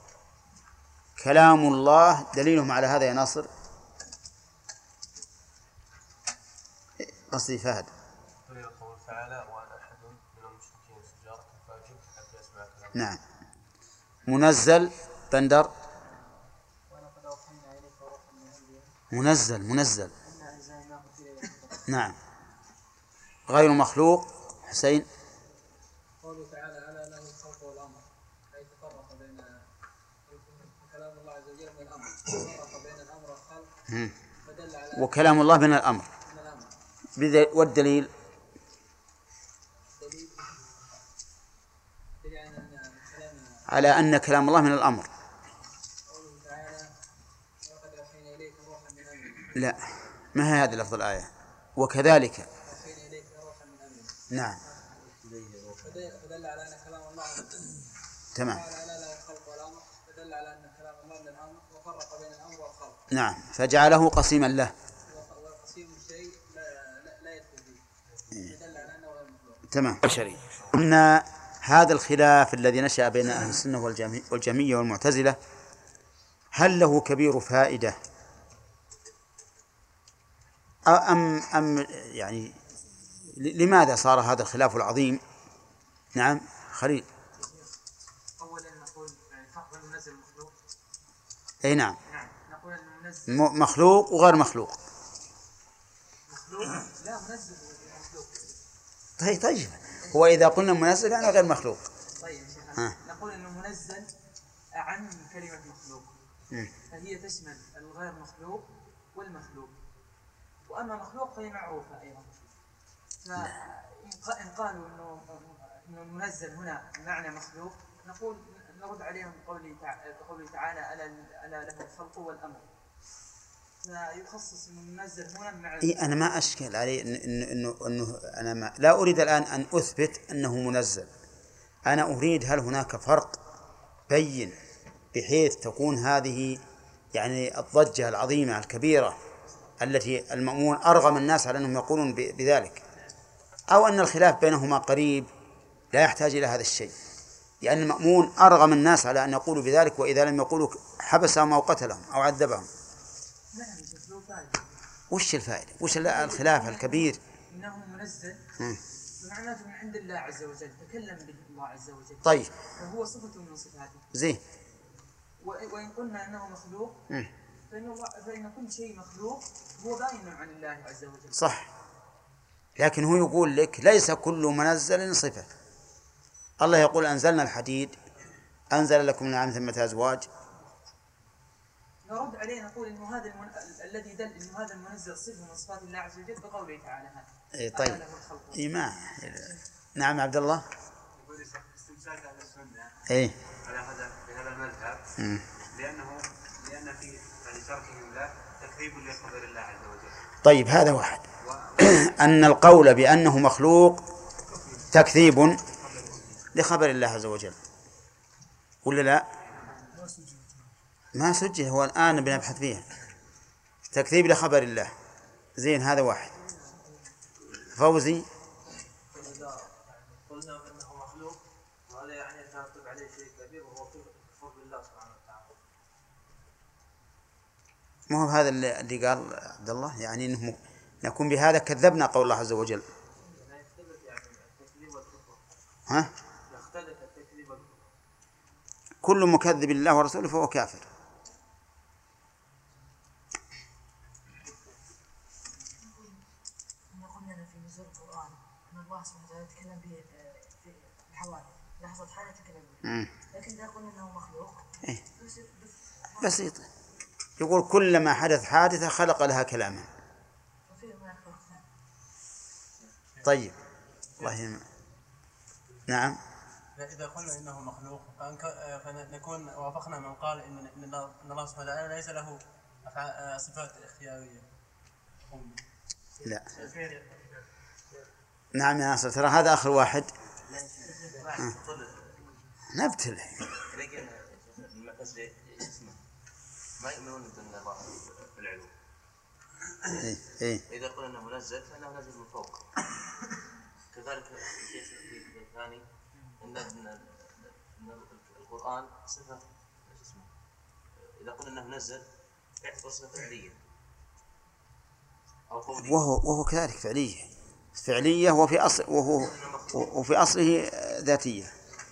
كلام الله دليلهم على هذا يا ناصر؟ قصدي فهد. نعم. منزل بندر. منزل منزل نعم. غير مخلوق حسين. قوله تعالى ألا له الخلق والأمر، أي تفرق بين كلام الله عز وجل من الأمر، تفرق بين الأمر والخلق، فدل على وكلام الله من الأمر. والدليل على أن كلام الله من الأمر. لا، ما هي هذه لفظ الآية؟ وكذلك. نعم. فدل على أن كلام الله تمام. فدل على أن كلام الله من الأمر وفرق بين الأمر والخلق. نعم، فجعله قسيما له. وقسيم الشيء لا لا يدخل فيه. فدل على أنه غير مخلوق. تمام. بشري. قلنا هذا الخلاف الذي نشأ بين أهل السنة والجميع والمعتزلة هل له كبير فائدة أم أم يعني لماذا صار هذا الخلاف العظيم؟ نعم خليل. أولا نقول فرق بين المنزل والمخلوق. أي نعم. نعم نقول المنزل مخلوق وغير مخلوق. مخلوق لا منزل ومخلوق. طيب طيب هو إذا قلنا منزل يعني غير مخلوق. طيب شيخنا نقول إنه منزل أعم من كلمة مخلوق، فهي تشمل الغير مخلوق والمخلوق، وأما مخلوق فهي معروفة أيضا. فإن قالوا إنه إنه المنزل هنا بمعنى مخلوق نقول نرد عليهم بقوله تعالى ألا ألا له الخلق والأمر، فيخصص المنزل هنا مع. إيه أنا ما أشكل عليه إنه إنه إنه أنا ما لا أريد الآن أن أثبت أنه منزل، أنا أريد هل هناك فرق بين بحيث تكون هذه يعني الضجة العظيمة الكبيرة التي المأمون أرغم الناس على أنهم يقولون بذلك، أو أن الخلاف بينهما قريب لا يحتاج إلى هذا الشيء، لأن المأمون أرغم الناس على أن يقولوا بذلك، وإذا لم يقولوا حبسهم أو قتلهم أو عذبهم. وش الفائدة؟ وش الخلاف الكبير؟ إنه منزل معناته من عند الله عز وجل، تكلم به الله عز وجل. طيب. فهو صفة من صفاته. زين. وإن قلنا أنه مخلوق فإن, فإن كل شيء مخلوق هو باين عن الله عز وجل. صح. لكن هو يقول لك ليس كل منزل صفة. الله يقول أنزلنا الحديد، أنزل لكم من الأنعام ثمة أزواج. نرد عليه نقول إنه هذا المن... الذي دل إنه هذا المنزل صفة من صفات الله عز وجل بقوله تعالى هذا. إيه طيب. إيه ما. نعم عبد الله. يقول استمساك على السنة. إيه. على هذا بهذا المذهب. لأنه لأن في يعني تركهم له تكذيب لخبر الله عز وجل. طيب هذا واحد. أن القول بأنه مخلوق تكذيب لخبر الله عز وجل ولا لا؟ ما سجل، هو الآن بنبحث فيها. تكذيب لخبر الله. زين هذا واحد. فوزي. قلنا أنه مخلوق وهذا يعني يترتب عليه شيء كبير وهو كفر بالله سبحانه وتعالى. ما هو هذا اللي قال عبد الله يعني إنه نكون بهذا كذبنا قول الله عز وجل. ها؟ كل مكذب لله ورسوله فهو كافر. الله سبحانه وتعالى يتكلم به في الحوادث لحظة حاجة يتكلم به، لكن إذا قلنا أنه مخلوق إيه؟ بسيط. يقول كلما حدث حادثة خلق لها كلاما. طيب الله يهم. نعم. إذا قلنا إنه مخلوق فنكون وافقنا من قال إن إن الله سبحانه وتعالى ليس له صفات اختيارية. لا. نعم يا ناصر، ترى هذا آخر واحد. آه. نبتل. ما يؤمنون بالله بالعلو. إيه إيه. إذا قلنا أنه منزل فإنه نزل من فوق. كذلك الشيخ الثاني أن القرآن صفة ايش اسمه؟ إذا قلنا أنه منزل يعتبر صفة فعلية. أو قولية. وهو وهو كذلك فعلية. فعلية وفي أصل وهو وفي أصله ذاتية.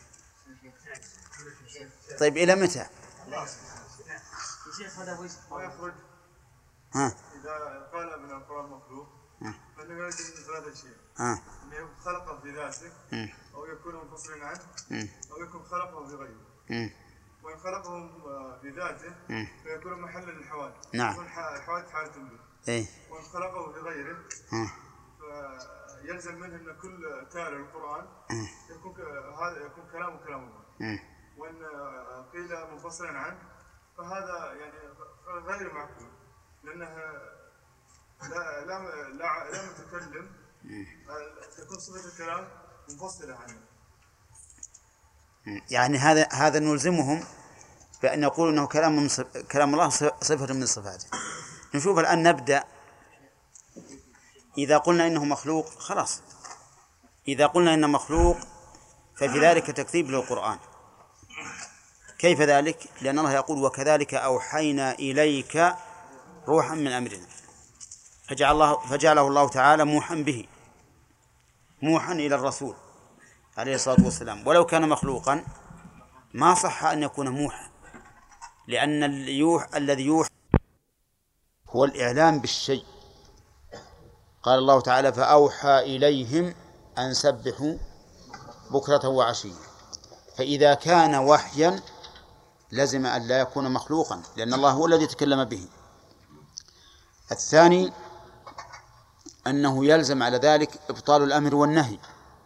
طيب إلى متى؟ ها. إذا قال من القرآن مخلوق فإنه يجب من هذا الشيء. أنه خلقه في ذاته أو يكون منفصلا عنه أو يكون خلقه بغيره. وإن خلقه في ذاته فيكون محلا للحوادث. نعم. يكون الحوادث حالة به. إيه. وإن خلقه بغيره فيلزم منه أن كل تالي القرآن يكون هذا يكون كلامه كلام الله. وإن قيل منفصلا عنه فهذا يعني غير معقول، لأنها لا لا لا لا متكلم تكون صفة الكلام منفصلة عنه. يعني هذا هذا نلزمهم بأن يقولوا أنه كلام من كلام الله صفة من صفاته. نشوف الآن نبدأ. إذا قلنا إنه مخلوق خلاص. إذا قلنا إنه مخلوق ففي ذلك تكذيب للقرآن. كيف ذلك؟ لأن الله يقول وكذلك أوحينا إليك روحا من أمرنا، فجعل الله فجعله الله تعالى موحا به، موحا إلى الرسول عليه الصلاة والسلام. ولو كان مخلوقا ما صح أن يكون موحا، لأن اليوح الذي يوحى هو الإعلام بالشيء. قال الله تعالى فأوحى إليهم أن سبحوا بكرة وعشيا. فإذا كان وحيا لزم أن لا يكون مخلوقا، لأن الله هو الذي تكلم به. الثاني أنه يلزم على ذلك إبطال الأمر والنهي،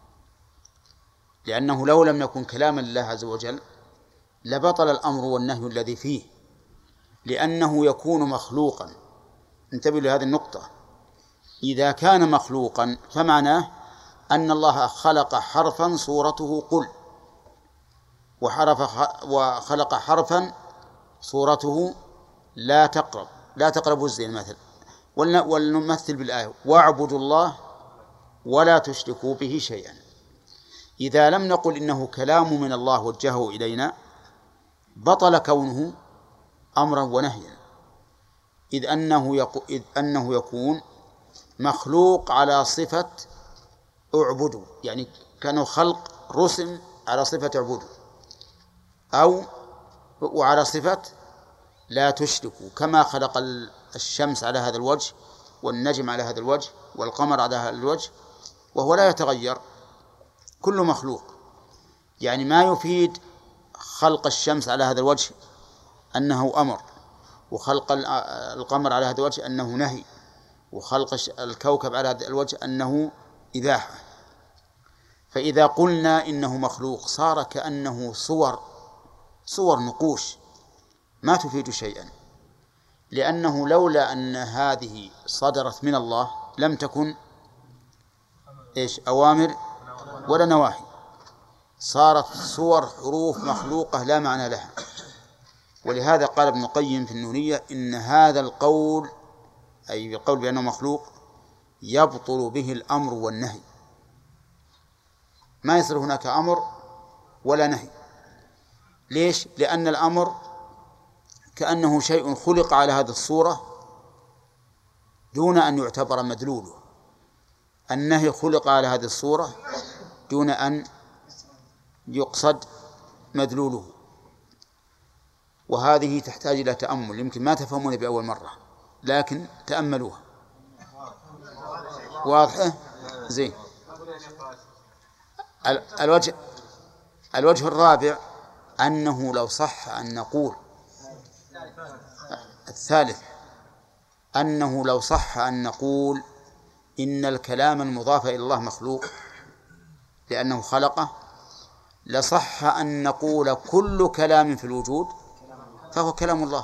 لأنه لو لم يكن كلاما لله عز وجل لبطل الأمر والنهي الذي فيه، لأنه يكون مخلوقا. انتبهوا لهذه النقطة. إذا كان مخلوقا فمعناه أن الله خلق حرفا صورته قل، وحرف وخلق حرفا صورته لا تقرب لا تقربوا الزنا مثلا. ولنمثل بالآية واعبدوا الله ولا تشركوا به شيئا. إذا لم نقل إنه كلام من الله وجهه إلينا بطل كونه أمرا ونهيا، إذ أنه, يقو إذ أنه يكون مخلوق على صفة اعبدوا، يعني كانوا خلق رسم على صفة اعبدوا، أو وعلى صفة لا تشركوا، كما خلق الشمس على هذا الوجه والنجم على هذا الوجه والقمر على هذا الوجه، وهو لا يتغير، كل مخلوق. يعني ما يفيد خلق الشمس على هذا الوجه أنه أمر، وخلق القمر على هذا الوجه أنه نهي، وخلق الكوكب على هذا الوجه أنه إباحة. فإذا قلنا إنه مخلوق صار كأنه صور صور نقوش ما تفيد شيئا، لأنه لولا أن هذه صدرت من الله لم تكن إيش أوامر ولا نواهي، صارت صور حروف مخلوقة لا معنى لها. ولهذا قال ابن القيم في النونية إن هذا القول، أي القول بأنه مخلوق، يبطل به الأمر والنهي، ما يصير هناك أمر ولا نهي. ليش؟ لأن الأمر كأنه شيء خلق على هذه الصورة دون أن يعتبر مدلوله. النهي خلق على هذه الصورة دون أن يقصد مدلوله، وهذه تحتاج إلى تأمل، يمكن ما تفهمون بأول مرة لكن تأملوها. واضحة؟ زين. الوجه الوجه الرابع أنه لو صح أن نقول الثالث أنه لو صح أن نقول إن الكلام المضاف إلى الله مخلوق لأنه خلقه، لصح أن نقول كل كلام في الوجود فهو كلام الله،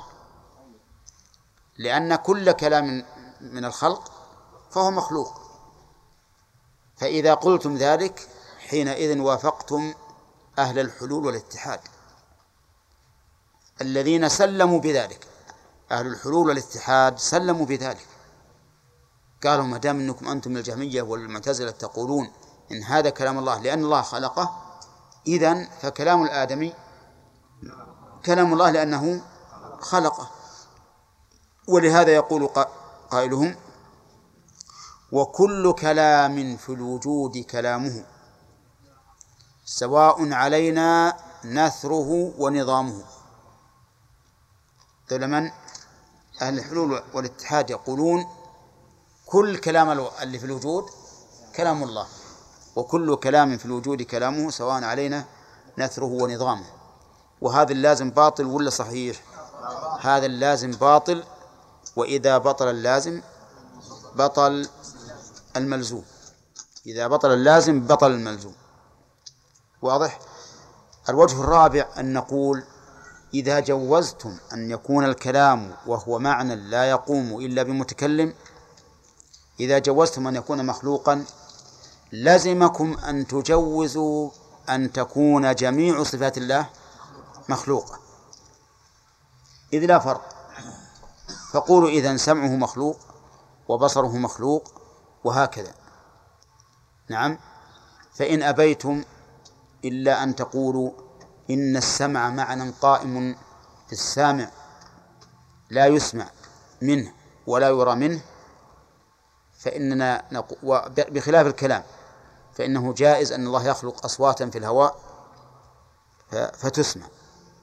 لأن كل كلام من الخلق فهو مخلوق. فإذا قلتم ذلك حينئذ وافقتم أهل الحلول والاتحاد الذين سلموا بذلك. أهل الحلول والاتحاد سلموا بذلك، قالوا ما دام أنكم أنتم من الجهمية والمعتزلة تقولون إن هذا كلام الله لأن الله خلقه، إذن فكلام الآدمي كلام الله لأنه خلقه. ولهذا يقول قائلهم وكل كلام في الوجود كلامه سواء علينا نثره ونظامه. من أهل الحلول والاتحاد يقولون كل كلام اللي في الوجود كلام الله، وكل كلام في الوجود كلامه سواء علينا نثره ونظامه. وهذا اللازم باطل ولا صحيح؟ هذا اللازم باطل، وإذا بطل اللازم بطل الملزوم. إذا بطل اللازم بطل الملزوم. واضح؟ الوجه الرابع أن نقول إذا جوزتم أن يكون الكلام وهو معنى لا يقوم إلا بمتكلم، إذا جوزتم أن يكون مخلوقا لزمكم أن تجوزوا أن تكون جميع صفات الله مخلوقة، إذ لا فرق. فقولوا إذن سمعه مخلوق وبصره مخلوق وهكذا. نعم. فإن أبيتم إلا أن تقولوا إن السمع معنى قائم في السامع لا يسمع منه ولا يرى منه، فإننا نقول بخلاف الكلام فإنه جائز أن الله يخلق أصواتا في الهواء فتسمع.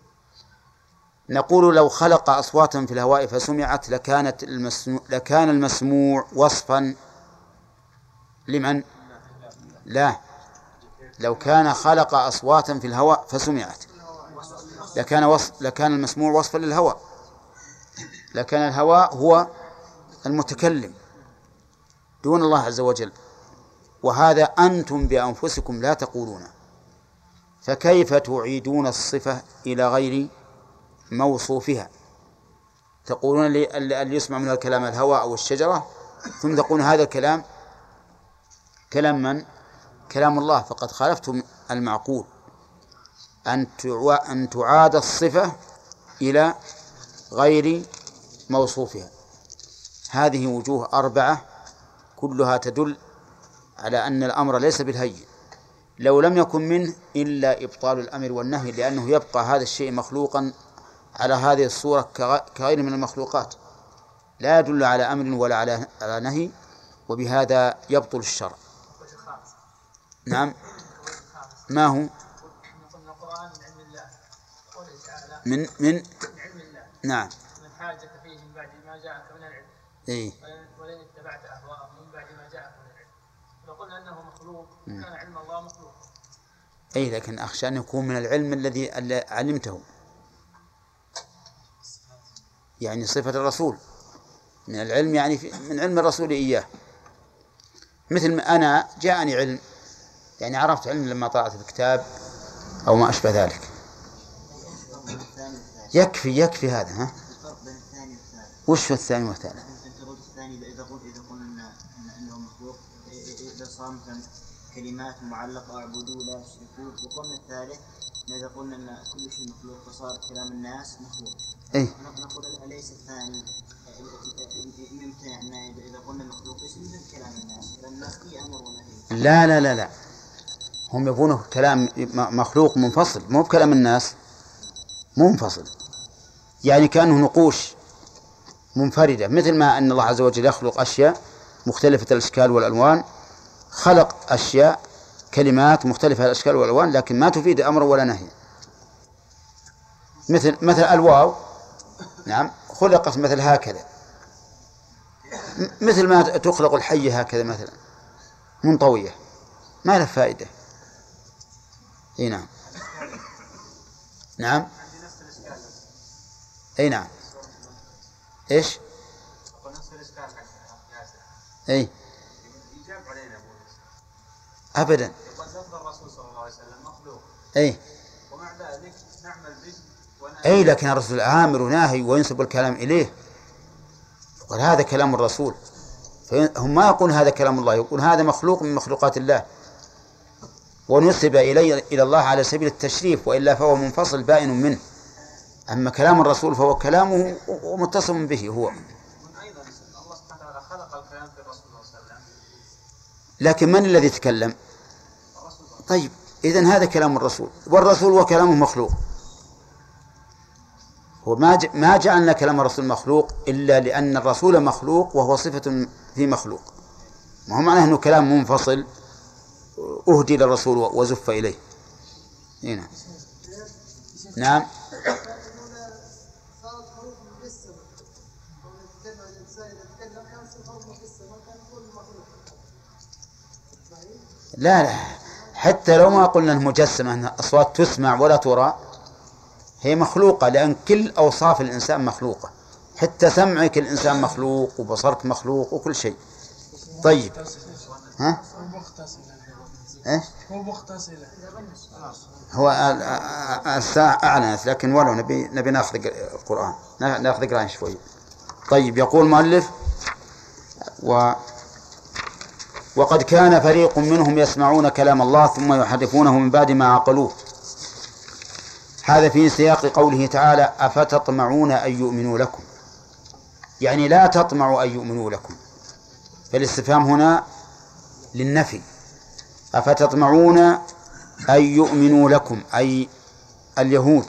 نقول لو خلق أصواتا في الهواء فسمعت لكانت المسموع لكان المسموع وصفا لمن؟ لا، لو كان خلق أصواتا في الهواء فسمعت لكان وصف لكان المسموع وصفا للهواء، لكان الهواء هو المتكلم دون الله عز وجل، وهذا أنتم بأنفسكم لا تقولونه. فكيف تعيدون الصفة إلى غير موصوفها؟ تقولون اللي يسمع من الكلام الهواء أو الشجرة، ثم تقولون هذا الكلام كلام من؟ كلام الله. فقد خالفتم المعقول أن تعاد الصفة إلى غير موصوفها. هذه وجوه أربعة كلها تدل على أن الأمر ليس بالهين، لو لم يكن منه إلا إبطال الأمر والنهي، لأنه يبقى هذا الشيء مخلوقا على هذه الصورة كغير من المخلوقات، لا يدل على أمر ولا على نهي، وبهذا يبطل الشرع. نعم. ما هو؟ من من نعم. من حاجة فيه من بعد ما جاءك من العلم. إيه. ولن اتبعت أهواءهم من بعد ما جاءك من العلم. لو قلنا أنه مخلوق كان علم الله مخلوق. أي لكن أخشى أن يكون من العلم الذي علمته، يعني صفة الرسول من العلم، يعني من علم الرسول إياه. مثل ما أنا جاءني علم، يعني عرفت علم لما طلعت الكتاب أو ما أشبه ذلك. يكفي يكفي هذا. ها؟ وش هو الثاني والثالث؟ أنت قلت الثاني إذا قلت إذا قلنا أنه مخلوق إذا صار مثلا كلمات معلقة اعبدوا لا تشركوا، وقلنا الثالث إذا قلنا أن كل شيء مخلوق فصار كلام الناس مخلوق. إيه؟ نقول أليس الثاني ممتنع أن إذا قلنا مخلوق يصير كلام الناس، لأن الناس فيه أمر ونهي. لا لا لا لا، هم يبونه كلام مخلوق منفصل، مو بكلام الناس، مو منفصل، يعني كأنه نقوش منفردة، مثل ما أن الله عز وجل يخلق أشياء مختلفة الأشكال والألوان، خلق أشياء كلمات مختلفة الأشكال والألوان لكن ما تفيد أمر ولا نهي. مثل مثل الواو، نعم، خلقت مثل هكذا، مثل ما تخلق الحية هكذا مثلا منطوية، ما له فائدة. اي نعم. نعم. اي نعم. ايش؟ اي ابدا. اي اي لكن الرسول امر وناهي وينسب الكلام اليه، يقول هذا كلام الرسول، فهم ما يقول هذا كلام الله، يقول هذا مخلوق من مخلوقات الله ونسب إلي إلى الله على سبيل التشريف، وإلا فهو منفصل بائن منه. أما كلام الرسول فهو كلامه ومتصل به هو. لكن من الذي تكلم؟ طيب إذن هذا كلام الرسول، والرسول وكلامه مخلوق. وما ما جعلنا كلام الرسول مخلوق إلا لأن الرسول مخلوق وهو صفة في مخلوق، ما هو معناه أنه كلام منفصل أهدي للرسول وزف إليه. هنا. نعم. لا لا، حتى لو ما قلنا المجسمة أن أصوات تسمع ولا ترى، هي مخلوقة، لأن كل أوصاف الإنسان مخلوقة، حتى سمعك الإنسان مخلوق وبصرك مخلوق وكل شيء. طيب ها؟ إيه؟ هو الساعة أعلنت، لكن ولو نبي نبي ناخذ القرآن، ناخذ قرآن شوي. طيب يقول مؤلف و وقد كان فريق منهم يسمعون كلام الله ثم يحرفونه من بعد ما عقلوه. هذا في سياق قوله تعالى أفتطمعون أن يؤمنوا لكم، يعني لا تطمعوا أن يؤمنوا لكم، فالاستفهام هنا للنفي. أفتطمعون أن يؤمنوا لكم أي اليهود،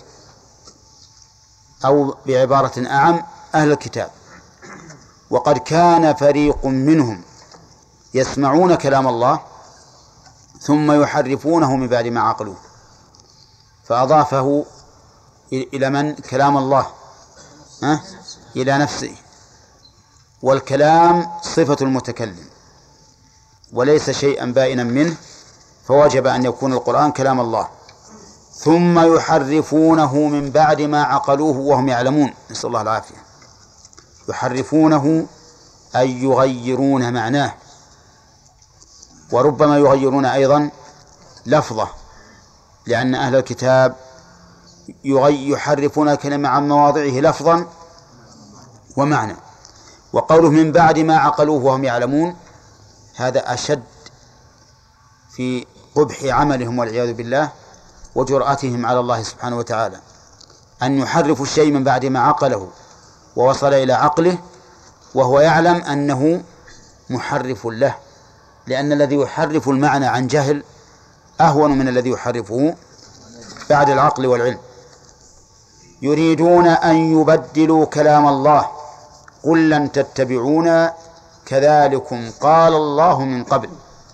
أو بعبارة أعم أهل الكتاب. وقد كان فريق منهم يسمعون كلام الله ثم يحرفونه من بعد ما عقلوه، فأضافه إلى من؟ كلام الله، ها؟ إلى نفسه. والكلام صفة المتكلم وليس شيئا بائنا منه، فوجب أن يكون القرآن كلام الله. ثم يحرفونه من بعد ما عقلوه وهم يعلمون، نسأل الله العافية. يحرفونه أي يغيرون معناه، وربما يغيرون أيضا لفظة، لأن أهل الكتاب يحرفون الكلمة عن مواضعه لفظا ومعنى. وقوله من بعد ما عقلوه وهم يعلمون هذا أشد في قبح عملهم والعياذ بالله وجرأتهم على الله سبحانه وتعالى، أن يحرفوا الشيء من بعد ما عقله ووصل إلى عقله وهو يعلم أنه محرف له، لأن الذي يحرف المعنى عن جهل أهون من الذي يحرفه بعد العقل والعلم. يريدون أن يبدلوا كلام الله قل لن تتبعونا كذلكم قال الله من قبل.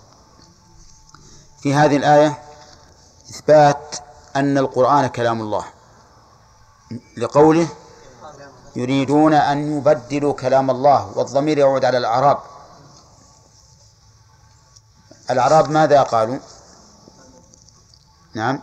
في هذه الآية إثبات أن القرآن كلام الله، لقوله يريدون أن يبدلوا كلام الله، والضمير يعود على الأعراب. الأعراب ماذا قالوا؟ نعم،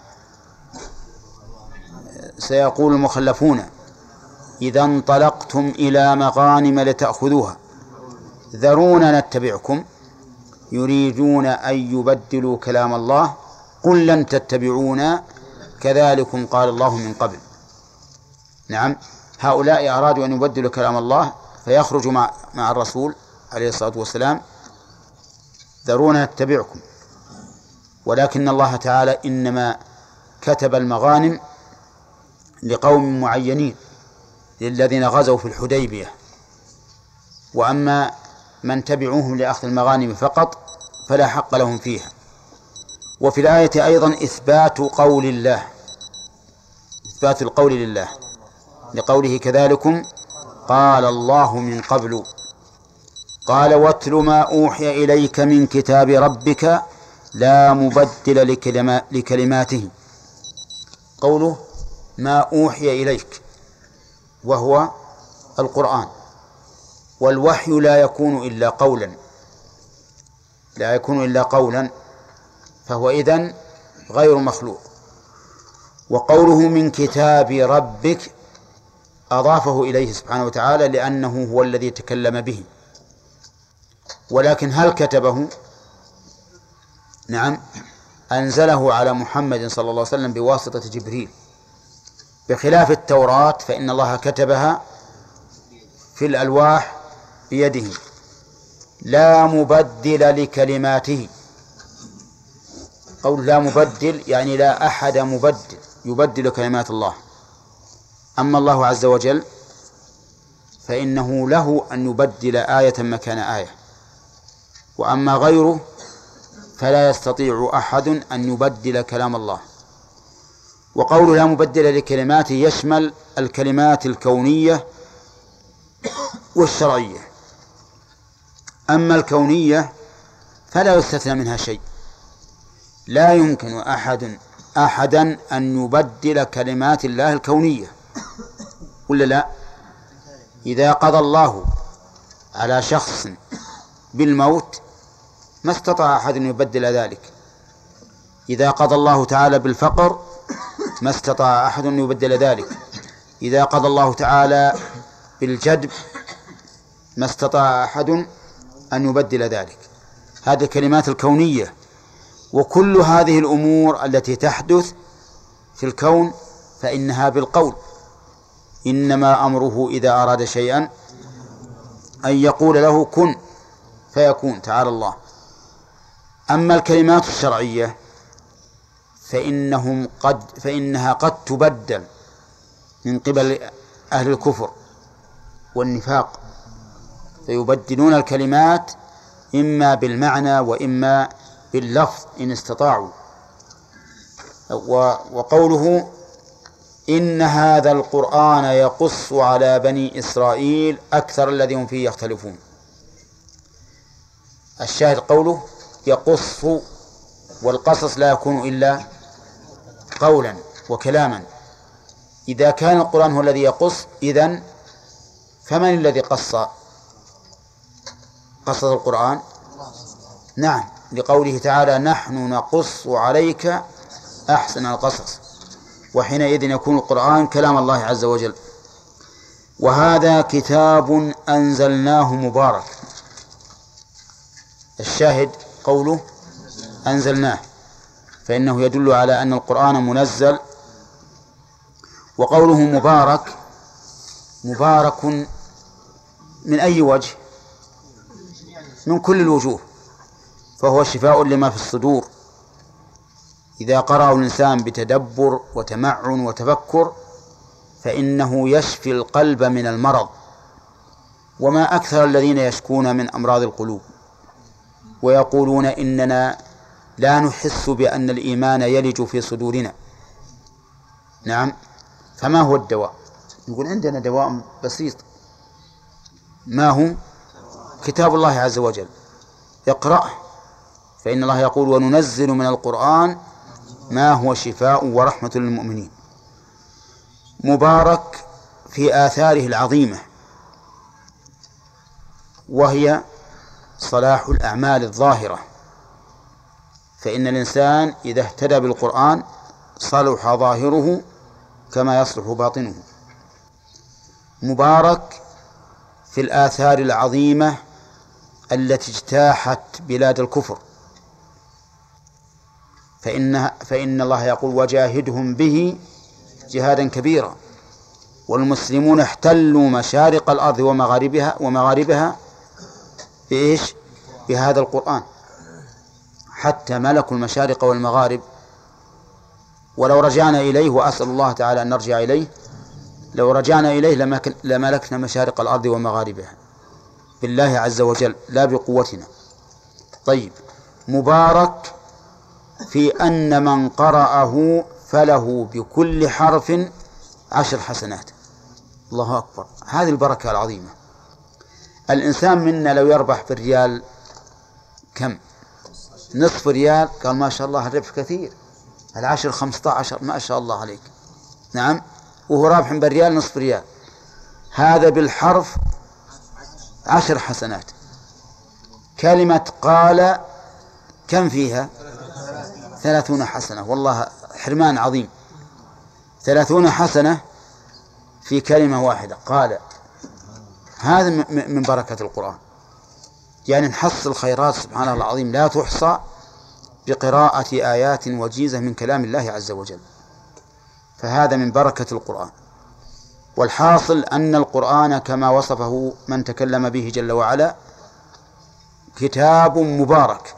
سيقول المخلفون إذا انطلقتم إلى مغانم لتأخذوها ذرونا نتبعكم يريدون أن يبدلوا كلام الله قل لن تتبعونا كذلكم قال الله من قبل. نعم، هؤلاء أرادوا أن يبدلوا كلام الله فيخرجوا مع, مع الرسول عليه الصلاة والسلام ذرونا نتبعكم، ولكن الله تعالى إنما كتب المغانم لقوم معينين للذين غزوا في الحديبية، وأما من تبعوهم لأخذ المغانم فقط فلا حق لهم فيها. وفي الآية أيضا إثبات قول الله، إثبات القول لله، لقوله كذلكم قال الله من قبل. قال واتل ما أوحي إليك من كتاب ربك لا مبدل لكلما لكلماته. قوله ما أوحي إليك وهو القرآن، والوحي لا يكون إلا قولا لا يكون إلا قولا فهو إذن غير مخلوق. وقوله من كتاب ربك أضافه إليه سبحانه وتعالى لأنه هو الذي تكلم به، ولكن هل كتبه؟ نعم، أنزله على محمد صلى الله عليه وسلم بواسطة جبريل، بخلاف التوراة فإن الله كتبها في الألواح بيده. لا مبدل لكلماته. قول لا مبدل يعني لا أحد مبدل يبدل كلمات الله. أما الله عز وجل فإنه له أن يبدل آية مكان آية، وأما غيره فلا يستطيع أحد أن يبدل كلام الله. وقول لا مبدل لكلماته يشمل الكلمات الكونية والشرعية. أما الكونية فلا يستثنى منها شيء، لا يمكن أحد أحدا أن يبدل كلمات الله الكونية، ولا لا؟ إذا قضى الله على شخص بالموت ما استطاع أحد أن يبدل ذلك. إذا قضى الله تعالى بالفقر ما استطاع أحد أن يبدل ذلك. إذا قضى الله تعالى بالجدب ما استطاع أحد أن يبدل ذلك. هذه الكلمات الكونية. وكل هذه الأمور التي تحدث في الكون فإنها بالقول، إنما أمره إذا أراد شيئا أن يقول له كن فيكون، تعالى الله. أما الكلمات الشرعية فإنهم قد فإنها قد تبدل من قبل أهل الكفر والنفاق، فيبدلون الكلمات إما بالمعنى وإما باللفظ إن استطاعوا. وقوله إن هذا القرآن يقص على بني إسرائيل أكثر الذي هم فيه يختلفون. الشاهد قوله يقص، والقصص لا يكون إلا قولا وكلاما. إذا كان القرآن هو الذي يقص إذن فمن الذي قص قصص القرآن؟ نعم، لقوله تعالى نحن نقص عليك أحسن القصص، وحينئذ يكون القرآن كلام الله عز وجل. وهذا كتاب أنزلناه مبارك. الشاهد قوله أنزلناه، فإنه يدل على أن القرآن منزل. وقوله مبارك، مبارك من أي وجه؟ من كل الوجوه، فهو شفاء لما في الصدور. إذا قرأه الإنسان بتدبر وتمعن وتفكر فإنه يشفي القلب من المرض. وما أكثر الذين يشكون من أمراض القلوب ويقولون إننا لا نحس بأن الإيمان يلج في صدورنا. نعم، فما هو الدواء؟ نقول عندنا دواء بسيط. ما هو؟ كتاب الله عز وجل، اقرأه، فإن الله يقول وننزل من القرآن ما هو شفاء ورحمة للمؤمنين. مبارك في آثاره العظيمة، وهي صلاح الأعمال الظاهرة، فإن الإنسان إذا اهتدى بالقرآن صلح ظاهره كما يصلح باطنه. مبارك في الآثار العظيمة التي اجتاحت بلاد الكفر، فإن, فإن الله يقول وجاهدهم به جهادا كبيرا. والمسلمون احتلوا مشارق الأرض ومغاربها ومغاربها بإيش؟ بهذا القرآن، حتى ملكوا المشارق والمغارب. ولو رجعنا إليه، وأسأل الله تعالى أن نرجع إليه، لو رجعنا إليه لملكنا مشارق الأرض ومغاربها بالله عز وجل لا بقوتنا. طيب، مبارك في أن من قرأه فله بكل حرف عشر حسنات. الله أكبر، هذه البركة العظيمة. الإنسان منا لو يربح في الريال كم؟ نصف ريال، قال ما شاء الله الربح كثير، العشر خمسة عشر ما شاء الله عليك. نعم، وهو رابح بالريال نصف ريال، هذا بالحرف عشر حسنات. كلمة قال كم فيها؟ ثلاثون حسنة، والله حرمان عظيم. ثلاثون حسنة في كلمة واحدة قال، هذا من بركة القرآن. يعني نحصل خيرات سبحانه العظيم لا تحصى بقراءة آيات وجيزة من كلام الله عز وجل، فهذا من بركة القرآن. والحاصل أن القرآن كما وصفه من تكلم به جل وعلا كتاب مبارك،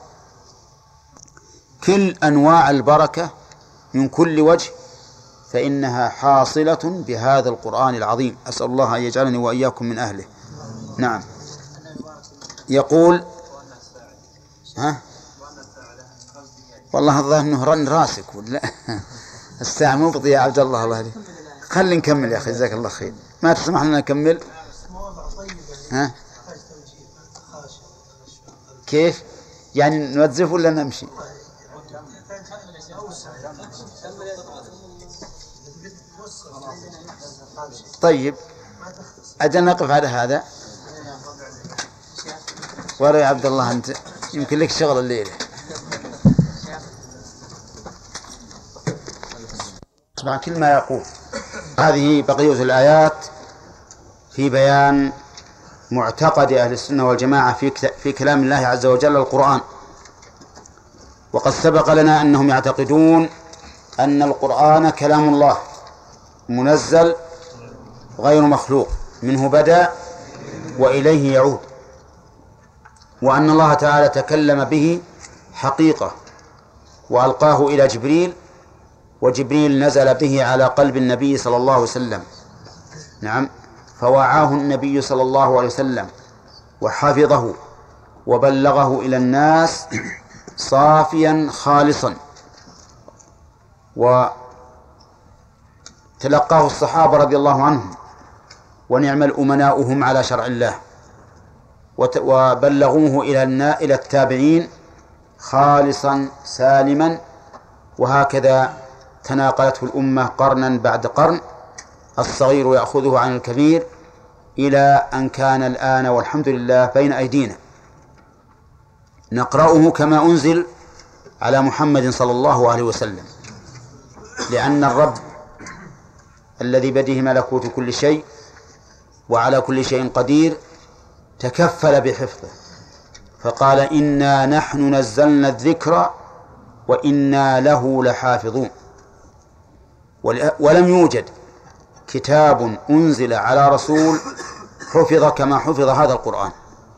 كل أنواع البركة من كل وجه فإنها حاصلة بهذا القرآن العظيم. أسأل الله أن يجعلني وإياكم من أهله. نعم. يقول ها والله الظاهر أنه رن راسك ولا الساعة مبطية يا عبد الله. الله عليك، خلي نكمل يا أخي، جزاك الله خير. ما تسمح لنا نكمل؟ ها كيف يعني نوظف ولا نمشي؟ طيب أجل نقف على هذا. ورا يا عبد الله أنت يمكن لك شغل الليلة. اسمع كل ما يقول. هذه بقية الآيات في بيان معتقد أهل السنة والجماعة في في كلام الله عز وجل القرآن. وقد سبق لنا أنهم يعتقدون أن القرآن كلام الله منزل غير مخلوق، منه بدأ وإليه يعود، وأن الله تعالى تكلم به حقيقة وألقاه إلى جبريل، وجبريل نزل به على قلب النبي صلى الله عليه وسلم. نعم، فوعاه النبي صلى الله عليه وسلم وحفظه وبلغه إلى الناس صافيا خالصا، وتلقاه الصحابة رضي الله عنهم ونعم الأمناء هم على شرع الله، وبلغوه إلى التابعين خالصا سالما، وهكذا تناقلته الأمة قرنا بعد قرن، الصغير يأخذه عن الكبير إلى أن كان الآن والحمد لله بين أيدينا نقرأه كما أنزل على محمد صلى الله عليه وسلم، لأن الرب الذي بيده ملكوت كل شيء وعلى كل شيء قدير تكفل بحفظه، فقال إنا نحن نزلنا الذكر وإنا له لحافظون. ولم يوجد كتاب أنزل على رسول حفظ كما حفظ هذا القرآن،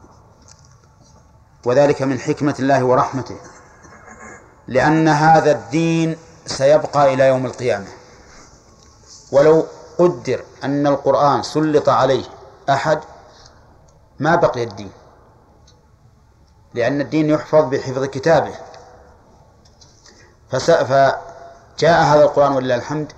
وذلك من حكمة الله ورحمته، لأن هذا الدين سيبقى إلى يوم القيامة. ولو قدر أن القرآن سلط عليه أحد ما بقي الدين، لأن الدين يحفظ بحفظ كتابه. فجاء هذا القرآن ولله الحمد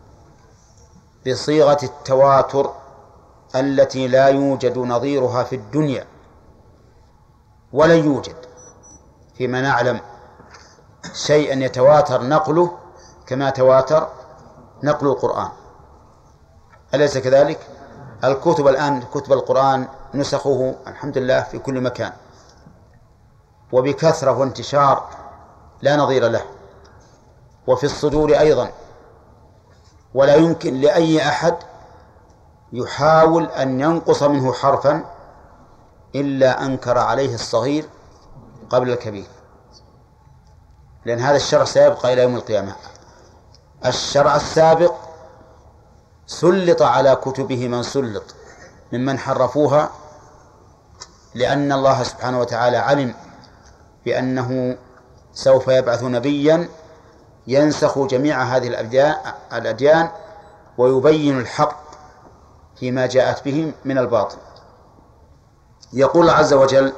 بصيغة التواتر التي لا يوجد نظيرها في الدنيا، ولا يوجد فيما نعلم شيئا يتواتر نقله كما تواتر نقل القرآن. أليس كذلك؟ الكتب الآن كتب القرآن نسخه الحمد لله في كل مكان وبكثرة وانتشار لا نظير له، وفي الصدور أيضا، ولا يمكن لأي أحد يحاول أن ينقص منه حرفا إلا أنكر عليه الصغير قبل الكبير، لأن هذا الشرع سيبقى إلى يوم القيامة. الشرع السابق سلط على كتبه من سلط ممن حرفوها، لأن الله سبحانه وتعالى علم بأنه سوف يبعث نبيا ينسخ جميع هذه الأديان ويبين الحق فيما جاءت به من الباطل. يقول عز وجل: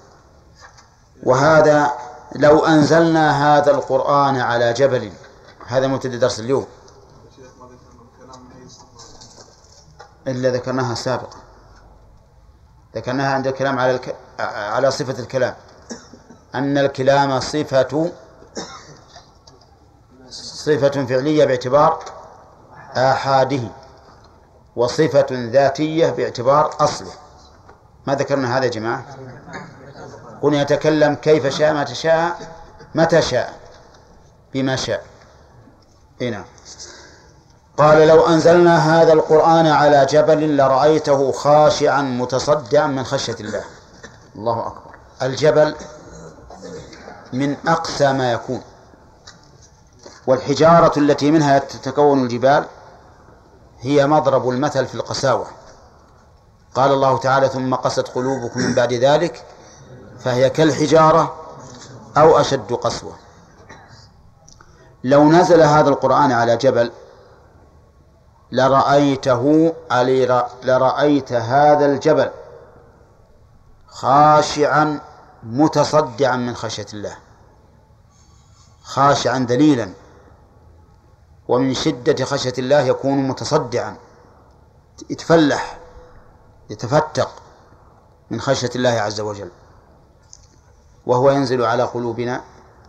وهذا لو أنزلنا هذا القرآن على جبل. هذا مبتدأ درس اليوم. إلا ذكرناها سابقا، ذكرناها عند الكلام على الك... على صفة الكلام، أن الكلام صفة صفة فعلية باعتبار آحاده، وصفة ذاتية باعتبار أصله. ما ذكرنا هذا يا جماعة؟ قلنا يتكلم كيف شاء متى شاء متى شاء بما شاء. هنا قال لو أنزلنا هذا القرآن على جبل لرأيته خاشعا متصدعا من خشية الله. الله أكبر. الجبل من أقسى ما يكون، والحجارة التي منها تتكون الجبال هي مضرب المثل في القساوة. قال الله تعالى ثم قست قلوبكم من بعد ذلك فهي كالحجارة أو أشد قسوة. لو نزل هذا القرآن على جبل لرأيته لرأيت هذا الجبل خاشعا متصدعا من خشية الله، خاشعا ذليلا، ومن شدة خشية الله يكون متصدعا، يتفلح يتفتق من خشية الله عز وجل. وهو ينزل على قلوبنا،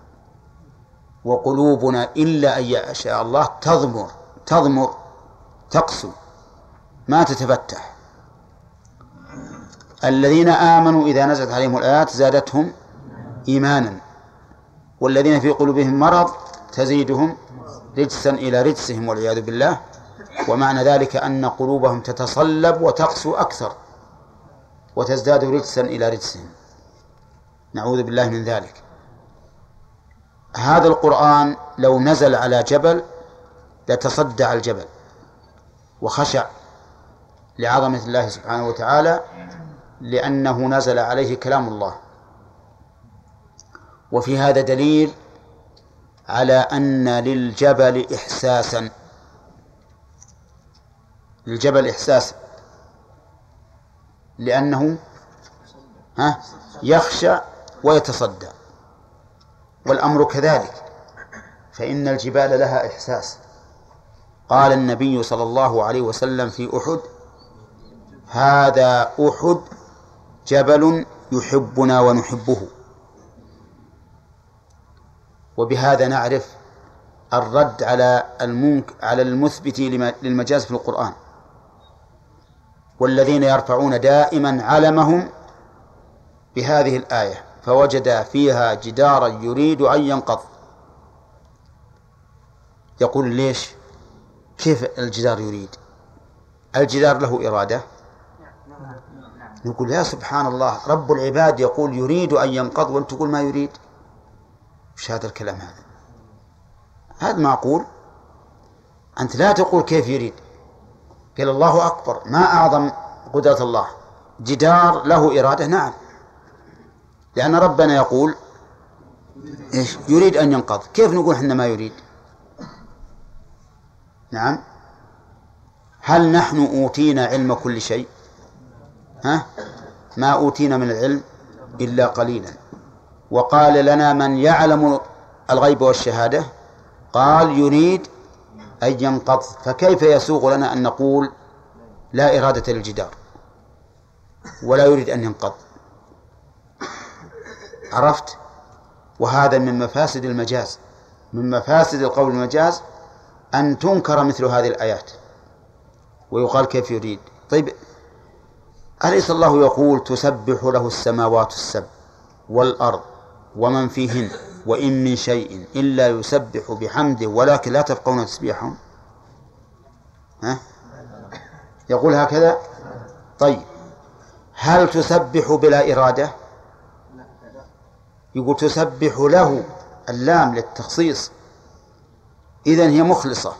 وقلوبنا إلا أن يشاء الله تضمر تضمر تقسو ما تتفتح. الذين آمنوا إذا نزلت عليهم الآيات زادتهم إيمانا، والذين في قلوبهم مرض تزيدهم رجسا إلى رجسهم والعياذ بالله. ومعنى ذلك أن قلوبهم تتصلب وتقسو أكثر وتزداد رجسا إلى رجسهم، نعوذ بالله من ذلك. هذا القرآن لو نزل على جبل لتصدع الجبل وخشع لعظمة الله سبحانه وتعالى، لأنه نزل عليه كلام الله. وفي هذا دليل على أن للجبل إحساسا للجبل إحساسا لأنه ها يخشع ويتصدع، والأمر كذلك، فإن الجبال لها إحساس. قال النبي صلى الله عليه وسلم في أحد: هذا أحد جبل يحبنا ونحبه. وبهذا نعرف الرد على المنك على المثبت للمجاز في القرآن، والذين يرفعون دائما علمهم بهذه الآية فوجد فيها جدارا يريد أن ينقض. يقول ليش؟ كيف الجدار يريد؟ الجدار له إرادة؟ نقول يا سبحان الله، رب العباد يقول يريد أن ينقض وأنت تقول ما يريد. وش هذا الكلام هذا؟ هذا معقول؟ أنت لا تقول كيف يريد. قال الله أكبر، ما أعظم قدرة الله. جدار له إرادة، نعم، لأن ربنا يقول إيش؟ يريد أن ينقض. كيف نقول إحنا ما يريد؟ نعم. هل نحن أوتينا علم كل شيء؟ ها؟ ما أوتينا من العلم إلا قليلا. وقال لنا من يعلم الغيب والشهادة قال يريد أن ينقض. فكيف يسوغ لنا أن نقول لا إرادة للجدار ولا يريد أن ينقض؟ عرفت؟ وهذا من مفاسد المجاز، من مفاسد القول المجاز أن تنكر مثل هذه الآيات ويقال كيف يريد. طيب، أليس الله يقول تسبح له السماوات السبع والأرض ومن فيهن وإن من شيء إلا يسبح بحمده ولكن لا تفقهون تسبيحهم؟ ها؟ يقول هكذا. طيب، هل تسبح بلا إرادة؟ يقول تسبح له، اللام للتخصيص، إذن هي مخلصة.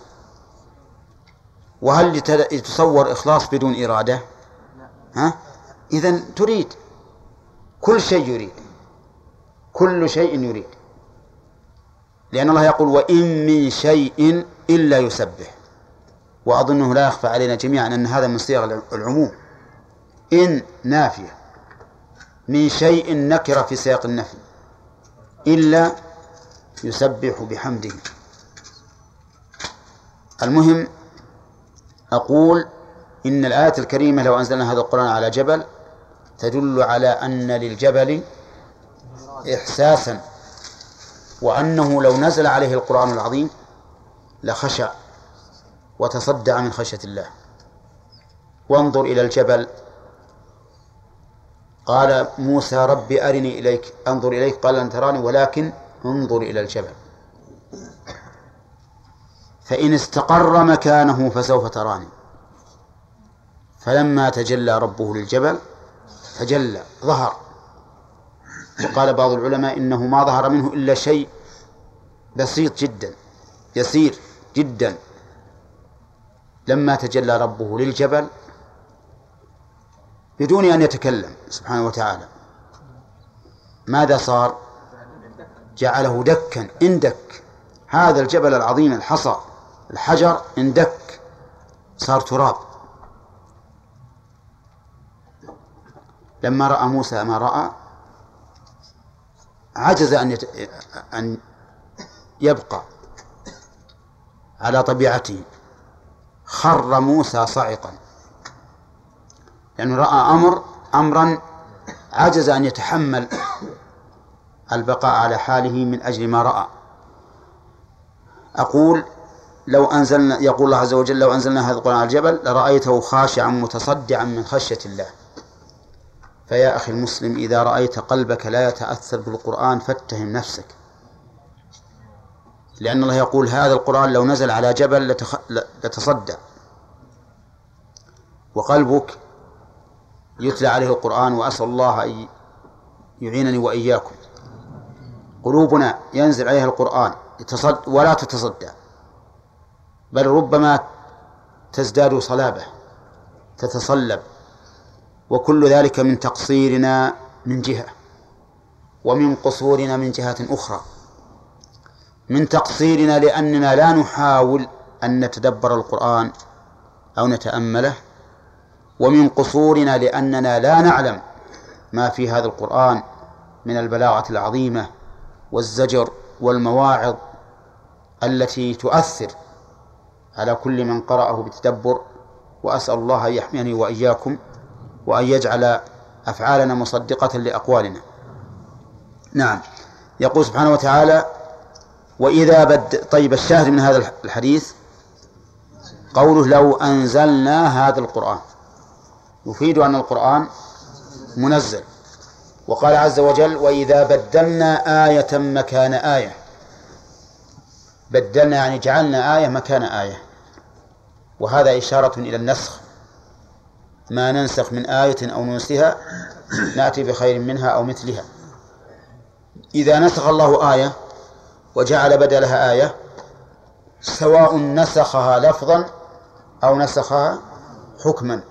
وهل يتصور إخلاص بدون إرادة؟ ها؟ إذن تريد، كل شيء يريد، كل شيء يريد، لأن الله يقول وإن من شيء إلا يسبح. وأظنه لا يخفى علينا جميعا أن هذا من صيغ العموم. إن نافية، من شيء نكرة في سياق النفي، إلا يسبح بحمده. المهم أقول إن الآية الكريمة لو أنزلنا هذا القرآن على جبل تدل على أن للجبل إحساسا، وأنه لو نزل عليه القرآن العظيم لخشع وتصدع من خشية الله. وانظر إلى الجبل، قال موسى رب أرني إليك أنظر إليك، قال لن تراني ولكن انظر إلى الجبل فإن استقر مكانه فسوف تراني. فلما تجلى ربه للجبل تجلى ظهر، وقال بعض العلماء إنه ما ظهر منه إلا شيء بسيط جدا يسير جدا. لما تجلى ربه للجبل بدون أن يتكلم سبحانه وتعالى ماذا صار؟ جعله دكا اندك. هذا الجبل العظيم الحصى الحجر اندك صار تراب. لما رأى موسى ما رأى عجز أن يت... أن يبقى على طبيعته، خر موسى صعقا لأنه رأى أمر أمرا عجز أن يتحمل البقاء على حاله من أجل ما رأى. أقول لو أنزلنا، يقول الله عز وجل لو أنزلنا هذا القرآن على الجبل لرأيته خاشعا متصدعا من خشية الله. فيا أخي المسلم إذا رأيت قلبك لا يتأثر بالقرآن فاتهم نفسك، لأن الله يقول هذا القرآن لو نزل على جبل لتخ... لتصدع، وقلبك يتلى عليه القرآن. وأسأل الله أن يعينني وإياكم. قلوبنا ينزل عليها القرآن يتصد... ولا تتصدع، بل ربما تزداد صلابة تتصلب، وكل ذلك من تقصيرنا من جهة ومن قصورنا من جهة أخرى. من تقصيرنا لأننا لا نحاول أن نتدبر القرآن أو نتأمله، ومن قصورنا لأننا لا نعلم ما في هذا القرآن من البلاغة العظيمة والزجر والمواعظ التي تؤثر على كل من قرأه بتدبر. وأسأل الله أن يحميني وإياكم وأن يجعل أفعالنا مصدقة لأقوالنا. نعم، يقول سبحانه وتعالى وإذا بد. طيب الشاهد من هذا الحديث قوله لو أنزلنا هذا القرآن يفيد أن القرآن منزل. وقال عز وجل وإذا بدلنا آية مكان آية. بدلنا يعني جعلنا آية مكان آية، وهذا إشارة إلى النسخ. ما ننسخ من آية أو ننسها نأتي بخير منها أو مثلها. إذا نسخ الله آية وجعل بدلها آية سواء نسخها لفظا أو نسخها حكما.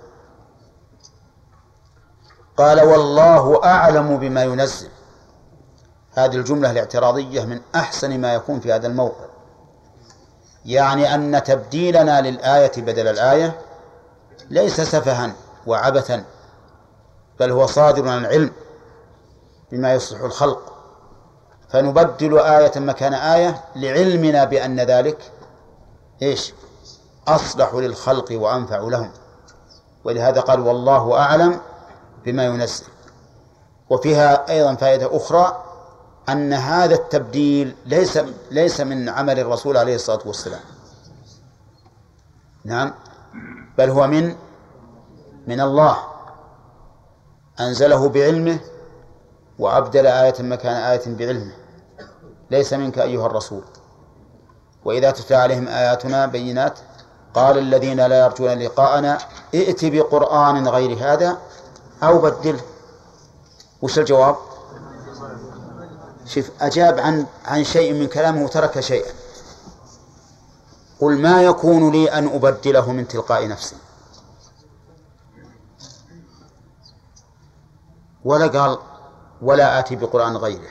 قال والله أعلم بما ينزل. هذه الجملة الاعتراضية من أحسن ما يكون في هذا الموقع، يعني أن تبديلنا للآية بدل الآية ليس سفها وعبثا، بل هو صادر عن العلم بما يصلح الخلق، فنبدل آية مكان آية لعلمنا بأن ذلك إيش أصلح للخلق وأنفع لهم. ولهذا قال والله أعلم بما ينزل. وفيها أيضا فائدة أخرى أن هذا التبديل ليس ليس من عمل الرسول عليه الصلاة والسلام، نعم، بل هو من من الله أنزله بعلمه وأبدل آية مكان آية بعلمه، ليس منك أيها الرسول. وإذا تتلى عليهم آياتنا بينات قال الذين لا يرجون لقاءنا ائت بقرآن غير هذا أو بدله. وش الجواب؟ شوف، أجاب عن عن شيء من كلامه وترك شيئا. قل ما يكون لي أن أبدله من تلقاء نفسي، ولا قال ولا آتي بقرآن غيره.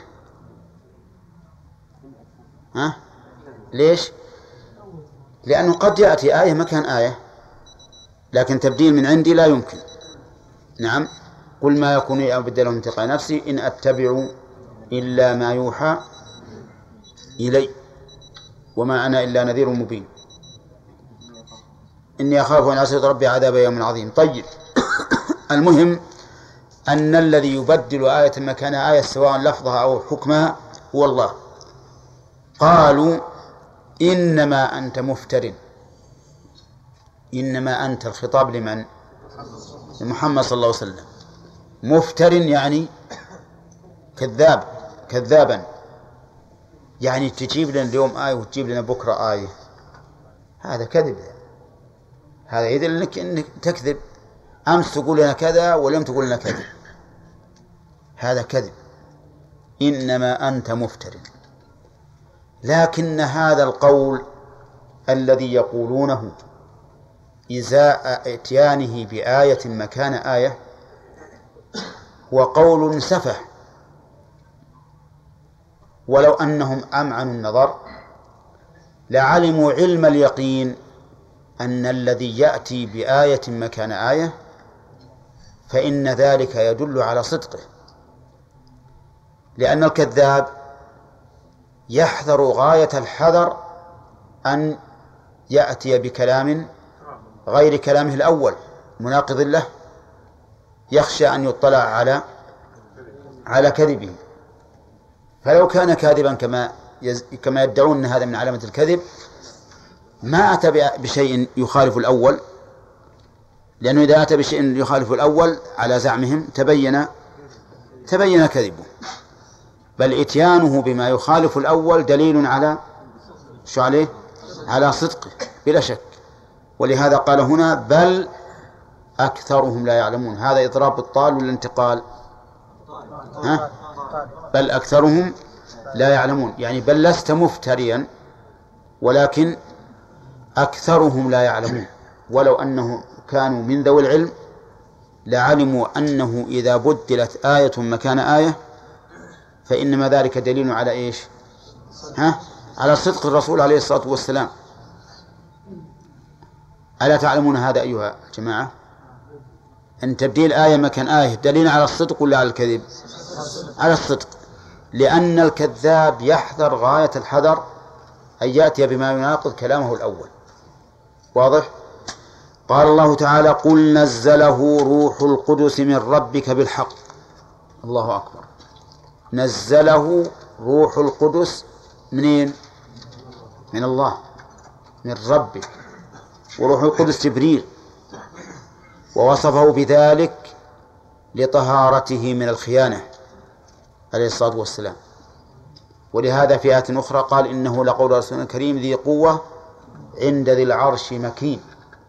ها؟ ليش؟ لأنه قد يأتي آية مكان آية، لكن تبديل من عندي لا يمكن. نعم، قل ما يكون لي أن أبدله من تلقاء نفسي إن أتبع إلا ما يوحى إلي وما أنا إلا نذير مبين. إني أخاف أن أعصي ربي عذاب يوم عظيم. طيب المهم أن الذي يبدل آية مكان آية سواء لفظها أو حكمها هو الله. قالوا إنما أنت مفتر. إنما أنت الخطاب لمن؟ لمحمد صلى الله عليه وسلم. مفتر يعني كذاب، كذابا، يعني تجيب لنا اليوم آية وتجيب لنا بكرة آية، هذا كذب. هذا يدل لك أنك تكذب، أمس تقول لنا كذا واليوم تقول لنا كذا، هذا كذب. إنما أنت مفتر. لكن هذا القول الذي يقولونه إزاء إتيانه بآية مكان آية هو قول سفه، ولو أنهم أمعنوا النظر لعلموا علم اليقين أن الذي يأتي بآية مكان آية فإن ذلك يدل على صدقه، لأن الكذاب يحذر غاية الحذر أن يأتي بكلام غير كلامه الأول مناقض له، يخشى أن يطلع على على كذبه. فلو كان كاذبا كما يز... كما يدعون أن هذا من علامة الكذب ما أتى بشيء يخالف الأول، لأنه إذا أتى بشيء يخالف الأول على زعمهم تبين تبين كذبه. بل إتيانه بما يخالف الأول دليل على شو عليه؟ على صدقه بلا شك. ولهذا قال هنا بل أكثرهم لا يعلمون. هذا إضراب بالطال ولا انتقال؟ ها؟ بل أكثرهم لا يعلمون، يعني بل لست مفتريا ولكن أكثرهم لا يعلمون. ولو أنهم كانوا من ذوي العلم لعلموا أنه إذا بدلت آية مكان آية فإنما ذلك دليل على إيش؟ ها؟ على صدق الرسول عليه الصلاة والسلام. ألا تعلمون هذا أيها الجماعة؟ أن تبديل آية مكان آية دليل على الصدق ولا على الكذب؟ على الصدق، لأن الكذاب يحذر غاية الحذر أن يأتي بما يناقض كلامه الأول. واضح؟ قال الله تعالى قل نزله روح القدس من ربك بالحق. الله أكبر. نزله روح القدس منين؟ من الله، من ربك. وروح القدس جبريل، ووصفه بذلك لطهارته من الخيانة عليه الصلاة والسلام. ولهذا في آيات أخرى قال إنه لقول رسول كريم ذي قوة عند ذي العرش مكين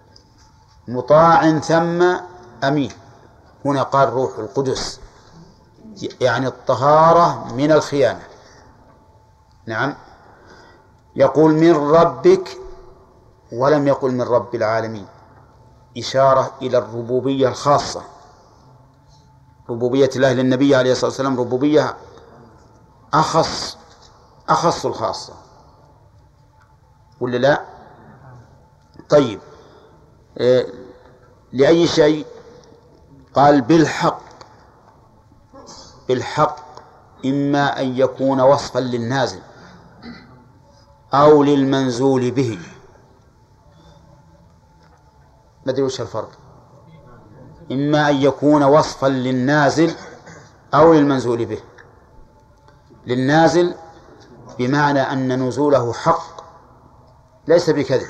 مطاع ثم أمين. هنا قال روح القدس يعني الطهارة من الخيانة. نعم. يقول من ربك ولم يقل من رب العالمين، إشارة إلى الربوبية الخاصة. ربوبية الله للنبي عليه الصلاة والسلام ربوبية أخص أخص الخاصة ولا لا؟ طيب إيه لأي شيء؟ قال بالحق. بالحق إما أن يكون وصفا للنازل أو للمنزول به. ما أدري وش الفرق. إما أن يكون وصفا للنازل أو للمنزول به. للنازل بمعنى أن نزوله حق ليس بكذب.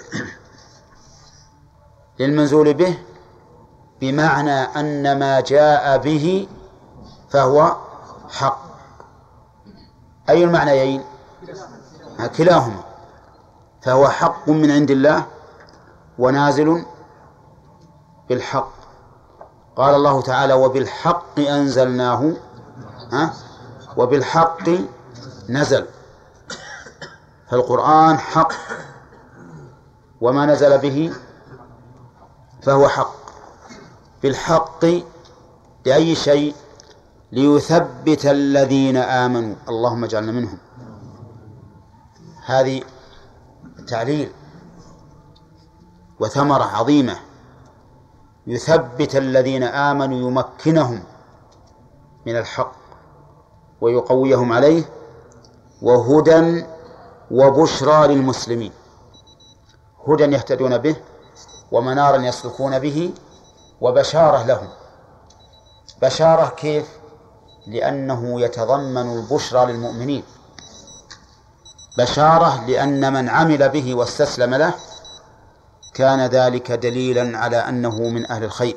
للمنزول به بمعنى أن ما جاء به فهو حق. أي المعنيين؟ كلاهما. فهو حق من عند الله ونازل بالحق. قال الله تعالى وبالحق أنزلناه ها؟ وبالحق نزل. فالقرآن حق وما نزل به فهو حق. بالحق لأي شيء؟ ليثبت الذين آمنوا. اللهم اجعلنا منهم. هذه تعليل وثمرة عظيمة. يثبت الذين آمنوا يمكنهم من الحق ويقويهم عليه، وهدى وبشرى للمسلمين. هدى يهتدون به ومنارا يسلكون به وبشارة لهم. بشارة كيف؟ لأنه يتضمن البشرى للمؤمنين. بشارة لأن من عمل به واستسلم له كان ذلك دليلا على أنه من أهل الخير.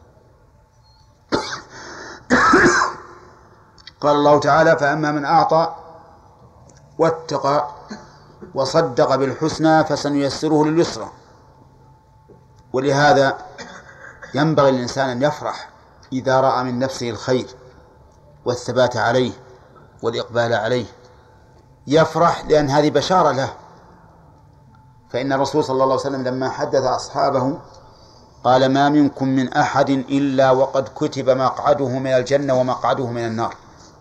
قال الله تعالى: فأما من أعطى واتقى وصدق بالحسنى فسنيسره لليسرى. ولهذا ينبغي للإنسان أن يفرح إذا رأى من نفسه الخير والثبات عليه والإقبال عليه، يفرح لأن هذه بشارة له. فإن الرسول صلى الله عليه وسلم لما حدث أصحابه قال: ما منكم من أحد إلا وقد كتب مقعده من الجنة ومقعده من النار.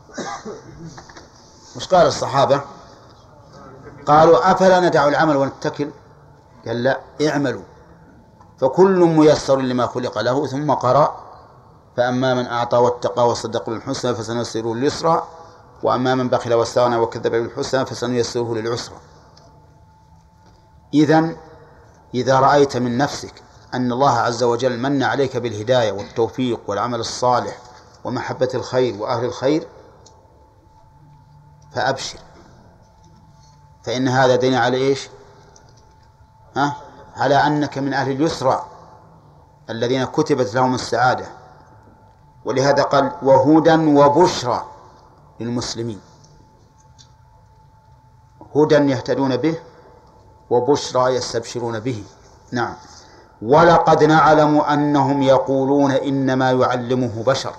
مش قال الصحابة؟ قالوا: أفلا ندع العمل ونتكل؟ قال: لا، اعملوا فكل ميسر لما خلق له. ثم قرأ: فأما من أعطى واتقى وصدق بالحسنى فسنيسره لليسرى وأما من بخل واستغنى وكذب بالحسنى فسنيسره للعسرى. إذن إذا رأيت من نفسك أن الله عز وجل من عليك بالهداية والتوفيق والعمل الصالح ومحبة الخير وأهل الخير فأبشر، فإن هذا دين على إيش؟ ها؟ على أنك من أهل اليسرى الذين كتبت لهم السعادة. ولهذا قال: وهدى وبشرى للمسلمين. هدى يهتدون به وبشرى يستبشرون به. نعم. ولقد نعلم أنهم يقولون إنما يعلمه بشر.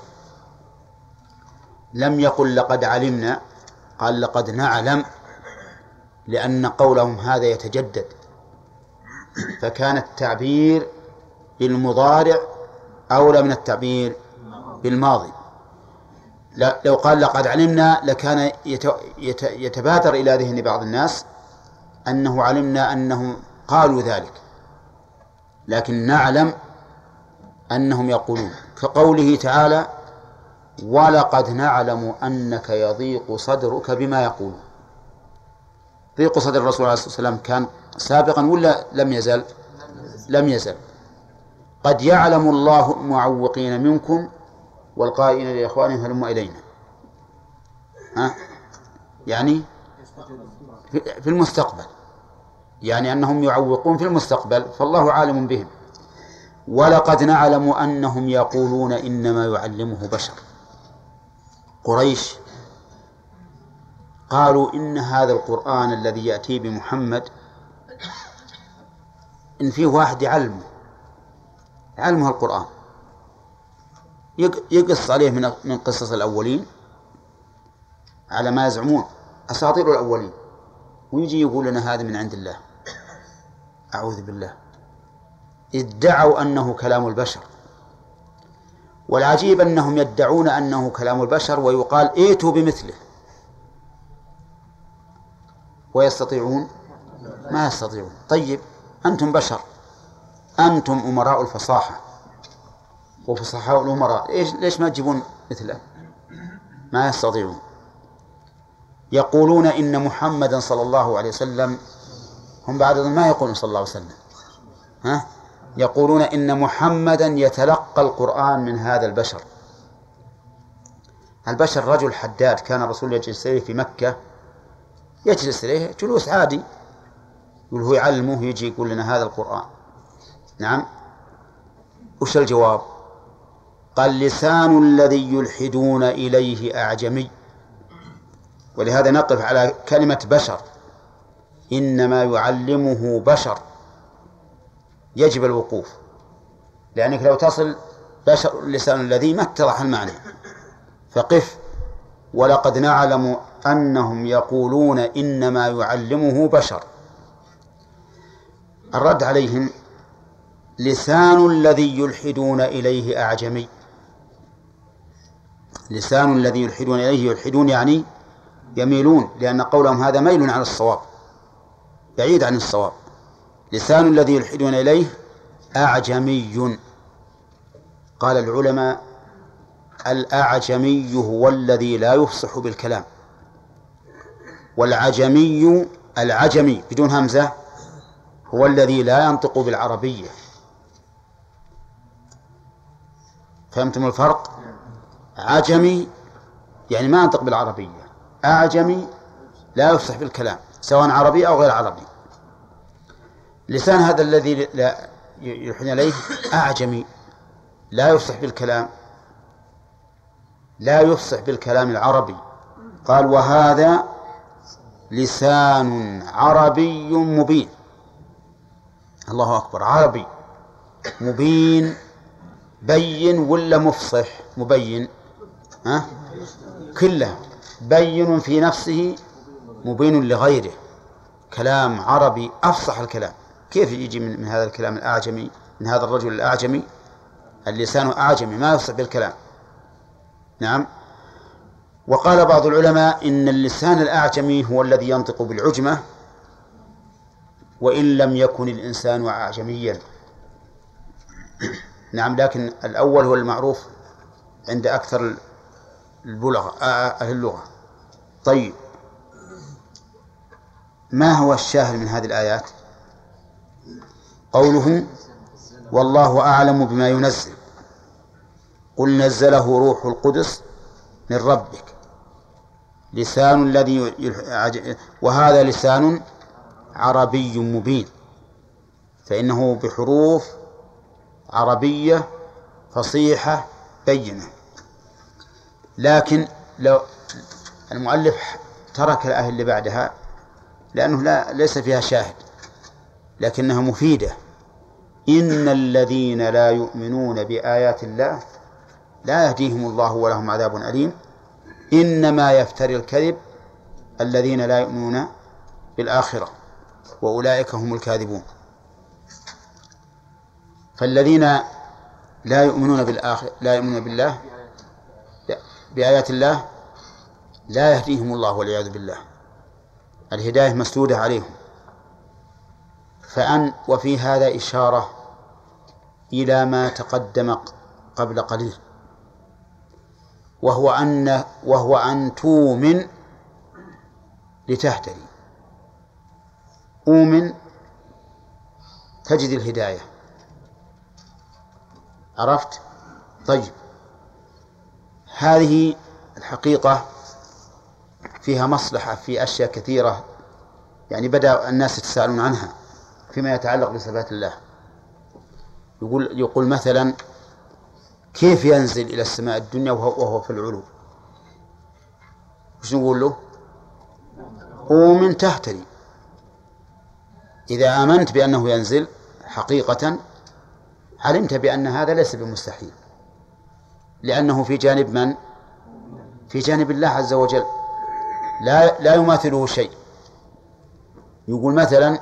لم يقل لقد علمنا، قال لقد نعلم، لأن قولهم هذا يتجدد، فكان التعبير بالمضارع أولى من التعبير بالماضي. لو قال لقد علمنا لكان يتبادر إلى ذهن بعض الناس أنه علمنا أنهم قالوا ذلك، لكن نعلم أنهم يقولون، كقوله تعالى: ولقد نعلم أنك يضيق صدرك بما يقولون. ضيق صدر الرسول عليه الصلاة والسلام كان سابقا ولا لم يزل؟ لم يزل. قد يعلم الله المعوقين منكم والقائلين لإخوانهم هلموا إلينا. ها؟ يعني في المستقبل، يعني أنهم يعوقون في المستقبل، فالله عالم بهم. ولقد نعلم أنهم يقولون إنما يعلمه بشر. قريش قالوا إن هذا القرآن الذي يأتي بمحمد إن فيه واحد يعلمه علمه القرآن، يقص عليه من من قصص الأولين على ما يزعمون أساطير الأولين، ويجي يقول لنا هذا من عند الله. أعوذ بالله. ادعوا أنه كلام البشر، والعجيب أنهم يدعون أنه كلام البشر ويقال ائتوا بمثله، ويستطيعون؟ ما يستطيعون. طيب أنتم بشر، أنتم أمراء الفصاحة وفصحاء الأمراء، إيش ليش ما تجيبون مثله؟ ما يستطيعون. يقولون إن محمدا صلى الله عليه وسلم، هم بعد ما يقولون صلى الله عليه وسلم، ها؟ يقولون إن محمدا يتلقى القرآن من هذا البشر. البشر رجل حداد كان الرسول يجلس إليه في مكة، يجلس إليه جلوس عادي، يقول هو يعلمه، يجي يقول لنا هذا القرآن. نعم. وش الجواب؟ قال: لسان الذي يلحدون إليه أعجمي. ولهذا نقف على كلمة بشر، إنما يعلمه بشر، يجب الوقوف، لأنك لو تصل بشر لسان الذي ما اتضح المعنى، فقف. ولقد نعلم أنهم يقولون إنما يعلمه بشر. الرد عليهم: لسان الذي يلحدون إليه أعجمي. لسان الذي يلحدون إليه، يلحدون يعني يميلون، لأن قولهم هذا ميل عن الصواب، بعيد عن الصواب. لسان الذي يلحدون إليه أعجمي. قال العلماء: الأعجمي هو الذي لا يفصح بالكلام، والعجمي العجمي بدون همزة هو الذي لا ينطق بالعربية، فهمتم الفرق؟ عجمي يعني ما ينطق بالعربية، أعجمي لا يفصح بالكلام سواء عربي أو غير عربي. لسان هذا الذي لا يلحن إليه أعجمي لا يفصح بالكلام، لا يفصح بالكلام العربي. قال وهذا لسان عربي مبين. الله أكبر، عربي مبين. بين ولا مفصح؟ مبين، ها؟ كله بين في نفسه مبين لغيره. كلام عربي أفصح الكلام. كيف يجي من, من هذا الكلام الأعجمي، من هذا الرجل الأعجمي اللسان أعجمي ما يفصح بالكلام؟ نعم. وقال بعض العلماء إن اللسان الأعجمي هو الذي ينطق بالعجمة وإن لم يكن الإنسان أعجميا. نعم، لكن الأول هو المعروف عند أكثر البلغة أهل اللغة. طيب، ما هو الشاهد من هذه الآيات؟ قوله والله أعلم بما ينزل قل نزله روح القدس من ربك. لسان الذي وهذا لسان عربي مبين، فإنه بحروف عربية فصيحة بينة. لكن لو المؤلف ترك الآية اللي بعدها لأنه لا ليس فيها شاهد، لكنها مفيدة. إن الذين لا يؤمنون بآيات الله لا يهديهم الله ولهم عذاب أليم. إنما يفتري الكذب الذين لا يؤمنون بالآخرة وأولئك هم الكاذبون. فالذين لا يؤمنون بالآخرة لا يؤمنون بالله بآيات الله لا يهديهم الله والعياذ بالله، الهداية مسدودة عليهم. فأن وفي هذا إشارة إلى ما تقدم قبل قليل، وهو أن وهو أن تؤمن لتهتدي. أؤمن تجد الهداية. عرفت؟ طيب، هذه الحقيقة فيها مصلحة في أشياء كثيرة، يعني بدأ الناس يتساءلون عنها فيما يتعلق بصفات الله. يقول يقول مثلا كيف ينزل إلى السماء الدنيا وهو في العلو؟ وش نقول له؟ أؤمن تهتدي. إذا آمنت بأنه ينزل حقيقة علمت بأن هذا ليس بمستحيل، لأنه في جانب من؟ في جانب الله عز وجل، لا لا يماثله شيء. يقول مثلا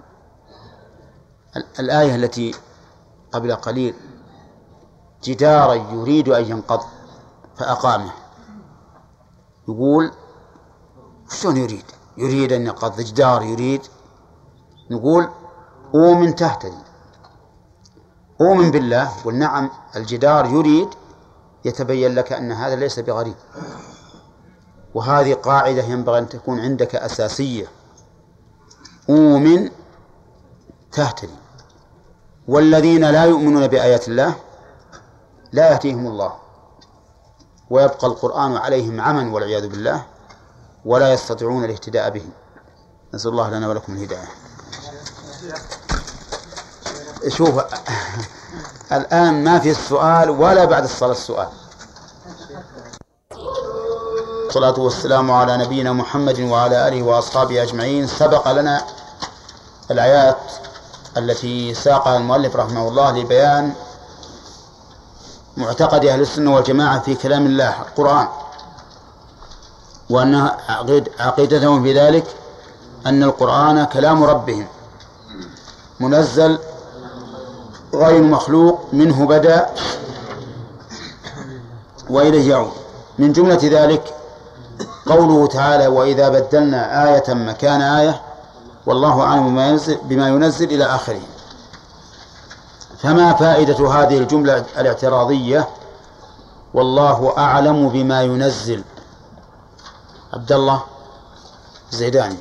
الآية التي قبل قليل جدارا يريد أن ينقض فأقامه. يقول شلون يريد؟ يريد أن ينقض جدار يريد. نقول أؤمن تهتدي. أؤمن بالله والنعم الجدار يريد، يتبين لك أن هذا ليس بغريب. وهذه قاعدة ينبغي أن تكون عندك أساسية. أؤمن تهتدي. والذين لا يؤمنون بآيات الله لا يهديهم الله ويبقى القرآن عليهم عمى والعياذ بالله ولا يستطيعون الاهتداء به. نسأل الله لنا ولكم الهداية. شوف الآن ما في السؤال ولا بعد الصلاة السؤال. الصلاة والسلام على نبينا محمد وعلى آله وأصحابه أجمعين. سبق لنا الآيات التي ساقها المؤلف رحمه الله لبيان معتقد أهل السنة والجماعة في كلام الله القرآن، وأن عقيدتهم في ذلك أن القرآن كلام ربهم منزل غير مخلوق، منه بدأ وإليه يعود. من جملة ذلك قوله تعالى وإذا بدلنا آية مكان آية والله أعلم بما ينزل, بما ينزل إلى آخره. فما فائدة هذه الجملة الاعتراضية والله أعلم بما ينزل؟ عبد الله زيداني.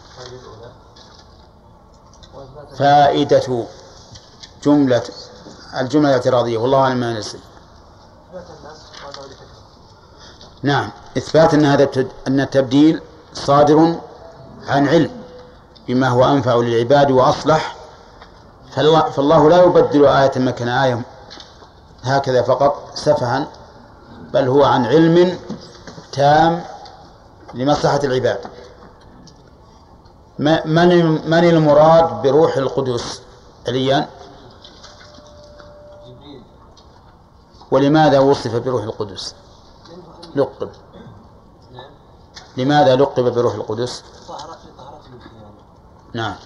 فائدة جملة الجملة الاعتراضية والله أعلم ما نسل. نعم، إثبات أن هذا أن التبديل صادر عن علم بما هو أنفع للعباد وأصلح، فالله, فالله لا يبدل آية مكان آية هكذا فقط سفها، بل هو عن علم تام لمصلحة العباد. من من المراد بروح القدس عليا؟ ولماذا وصف بروح القدس؟ لقب لماذا لقب بروح القدس؟ نعم.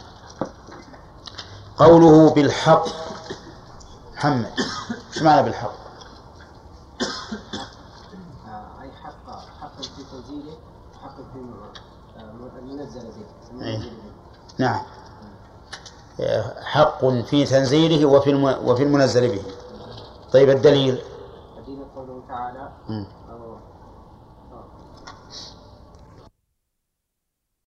قوله بالحق، محمد ايش معنى بالحق؟ أي حق حق في تنزيله، حق في المنزل به. أيه. نعم، حق في تنزيله وفي وفي المنزل به. طيب الدليل؟ الدليل قوله تعالى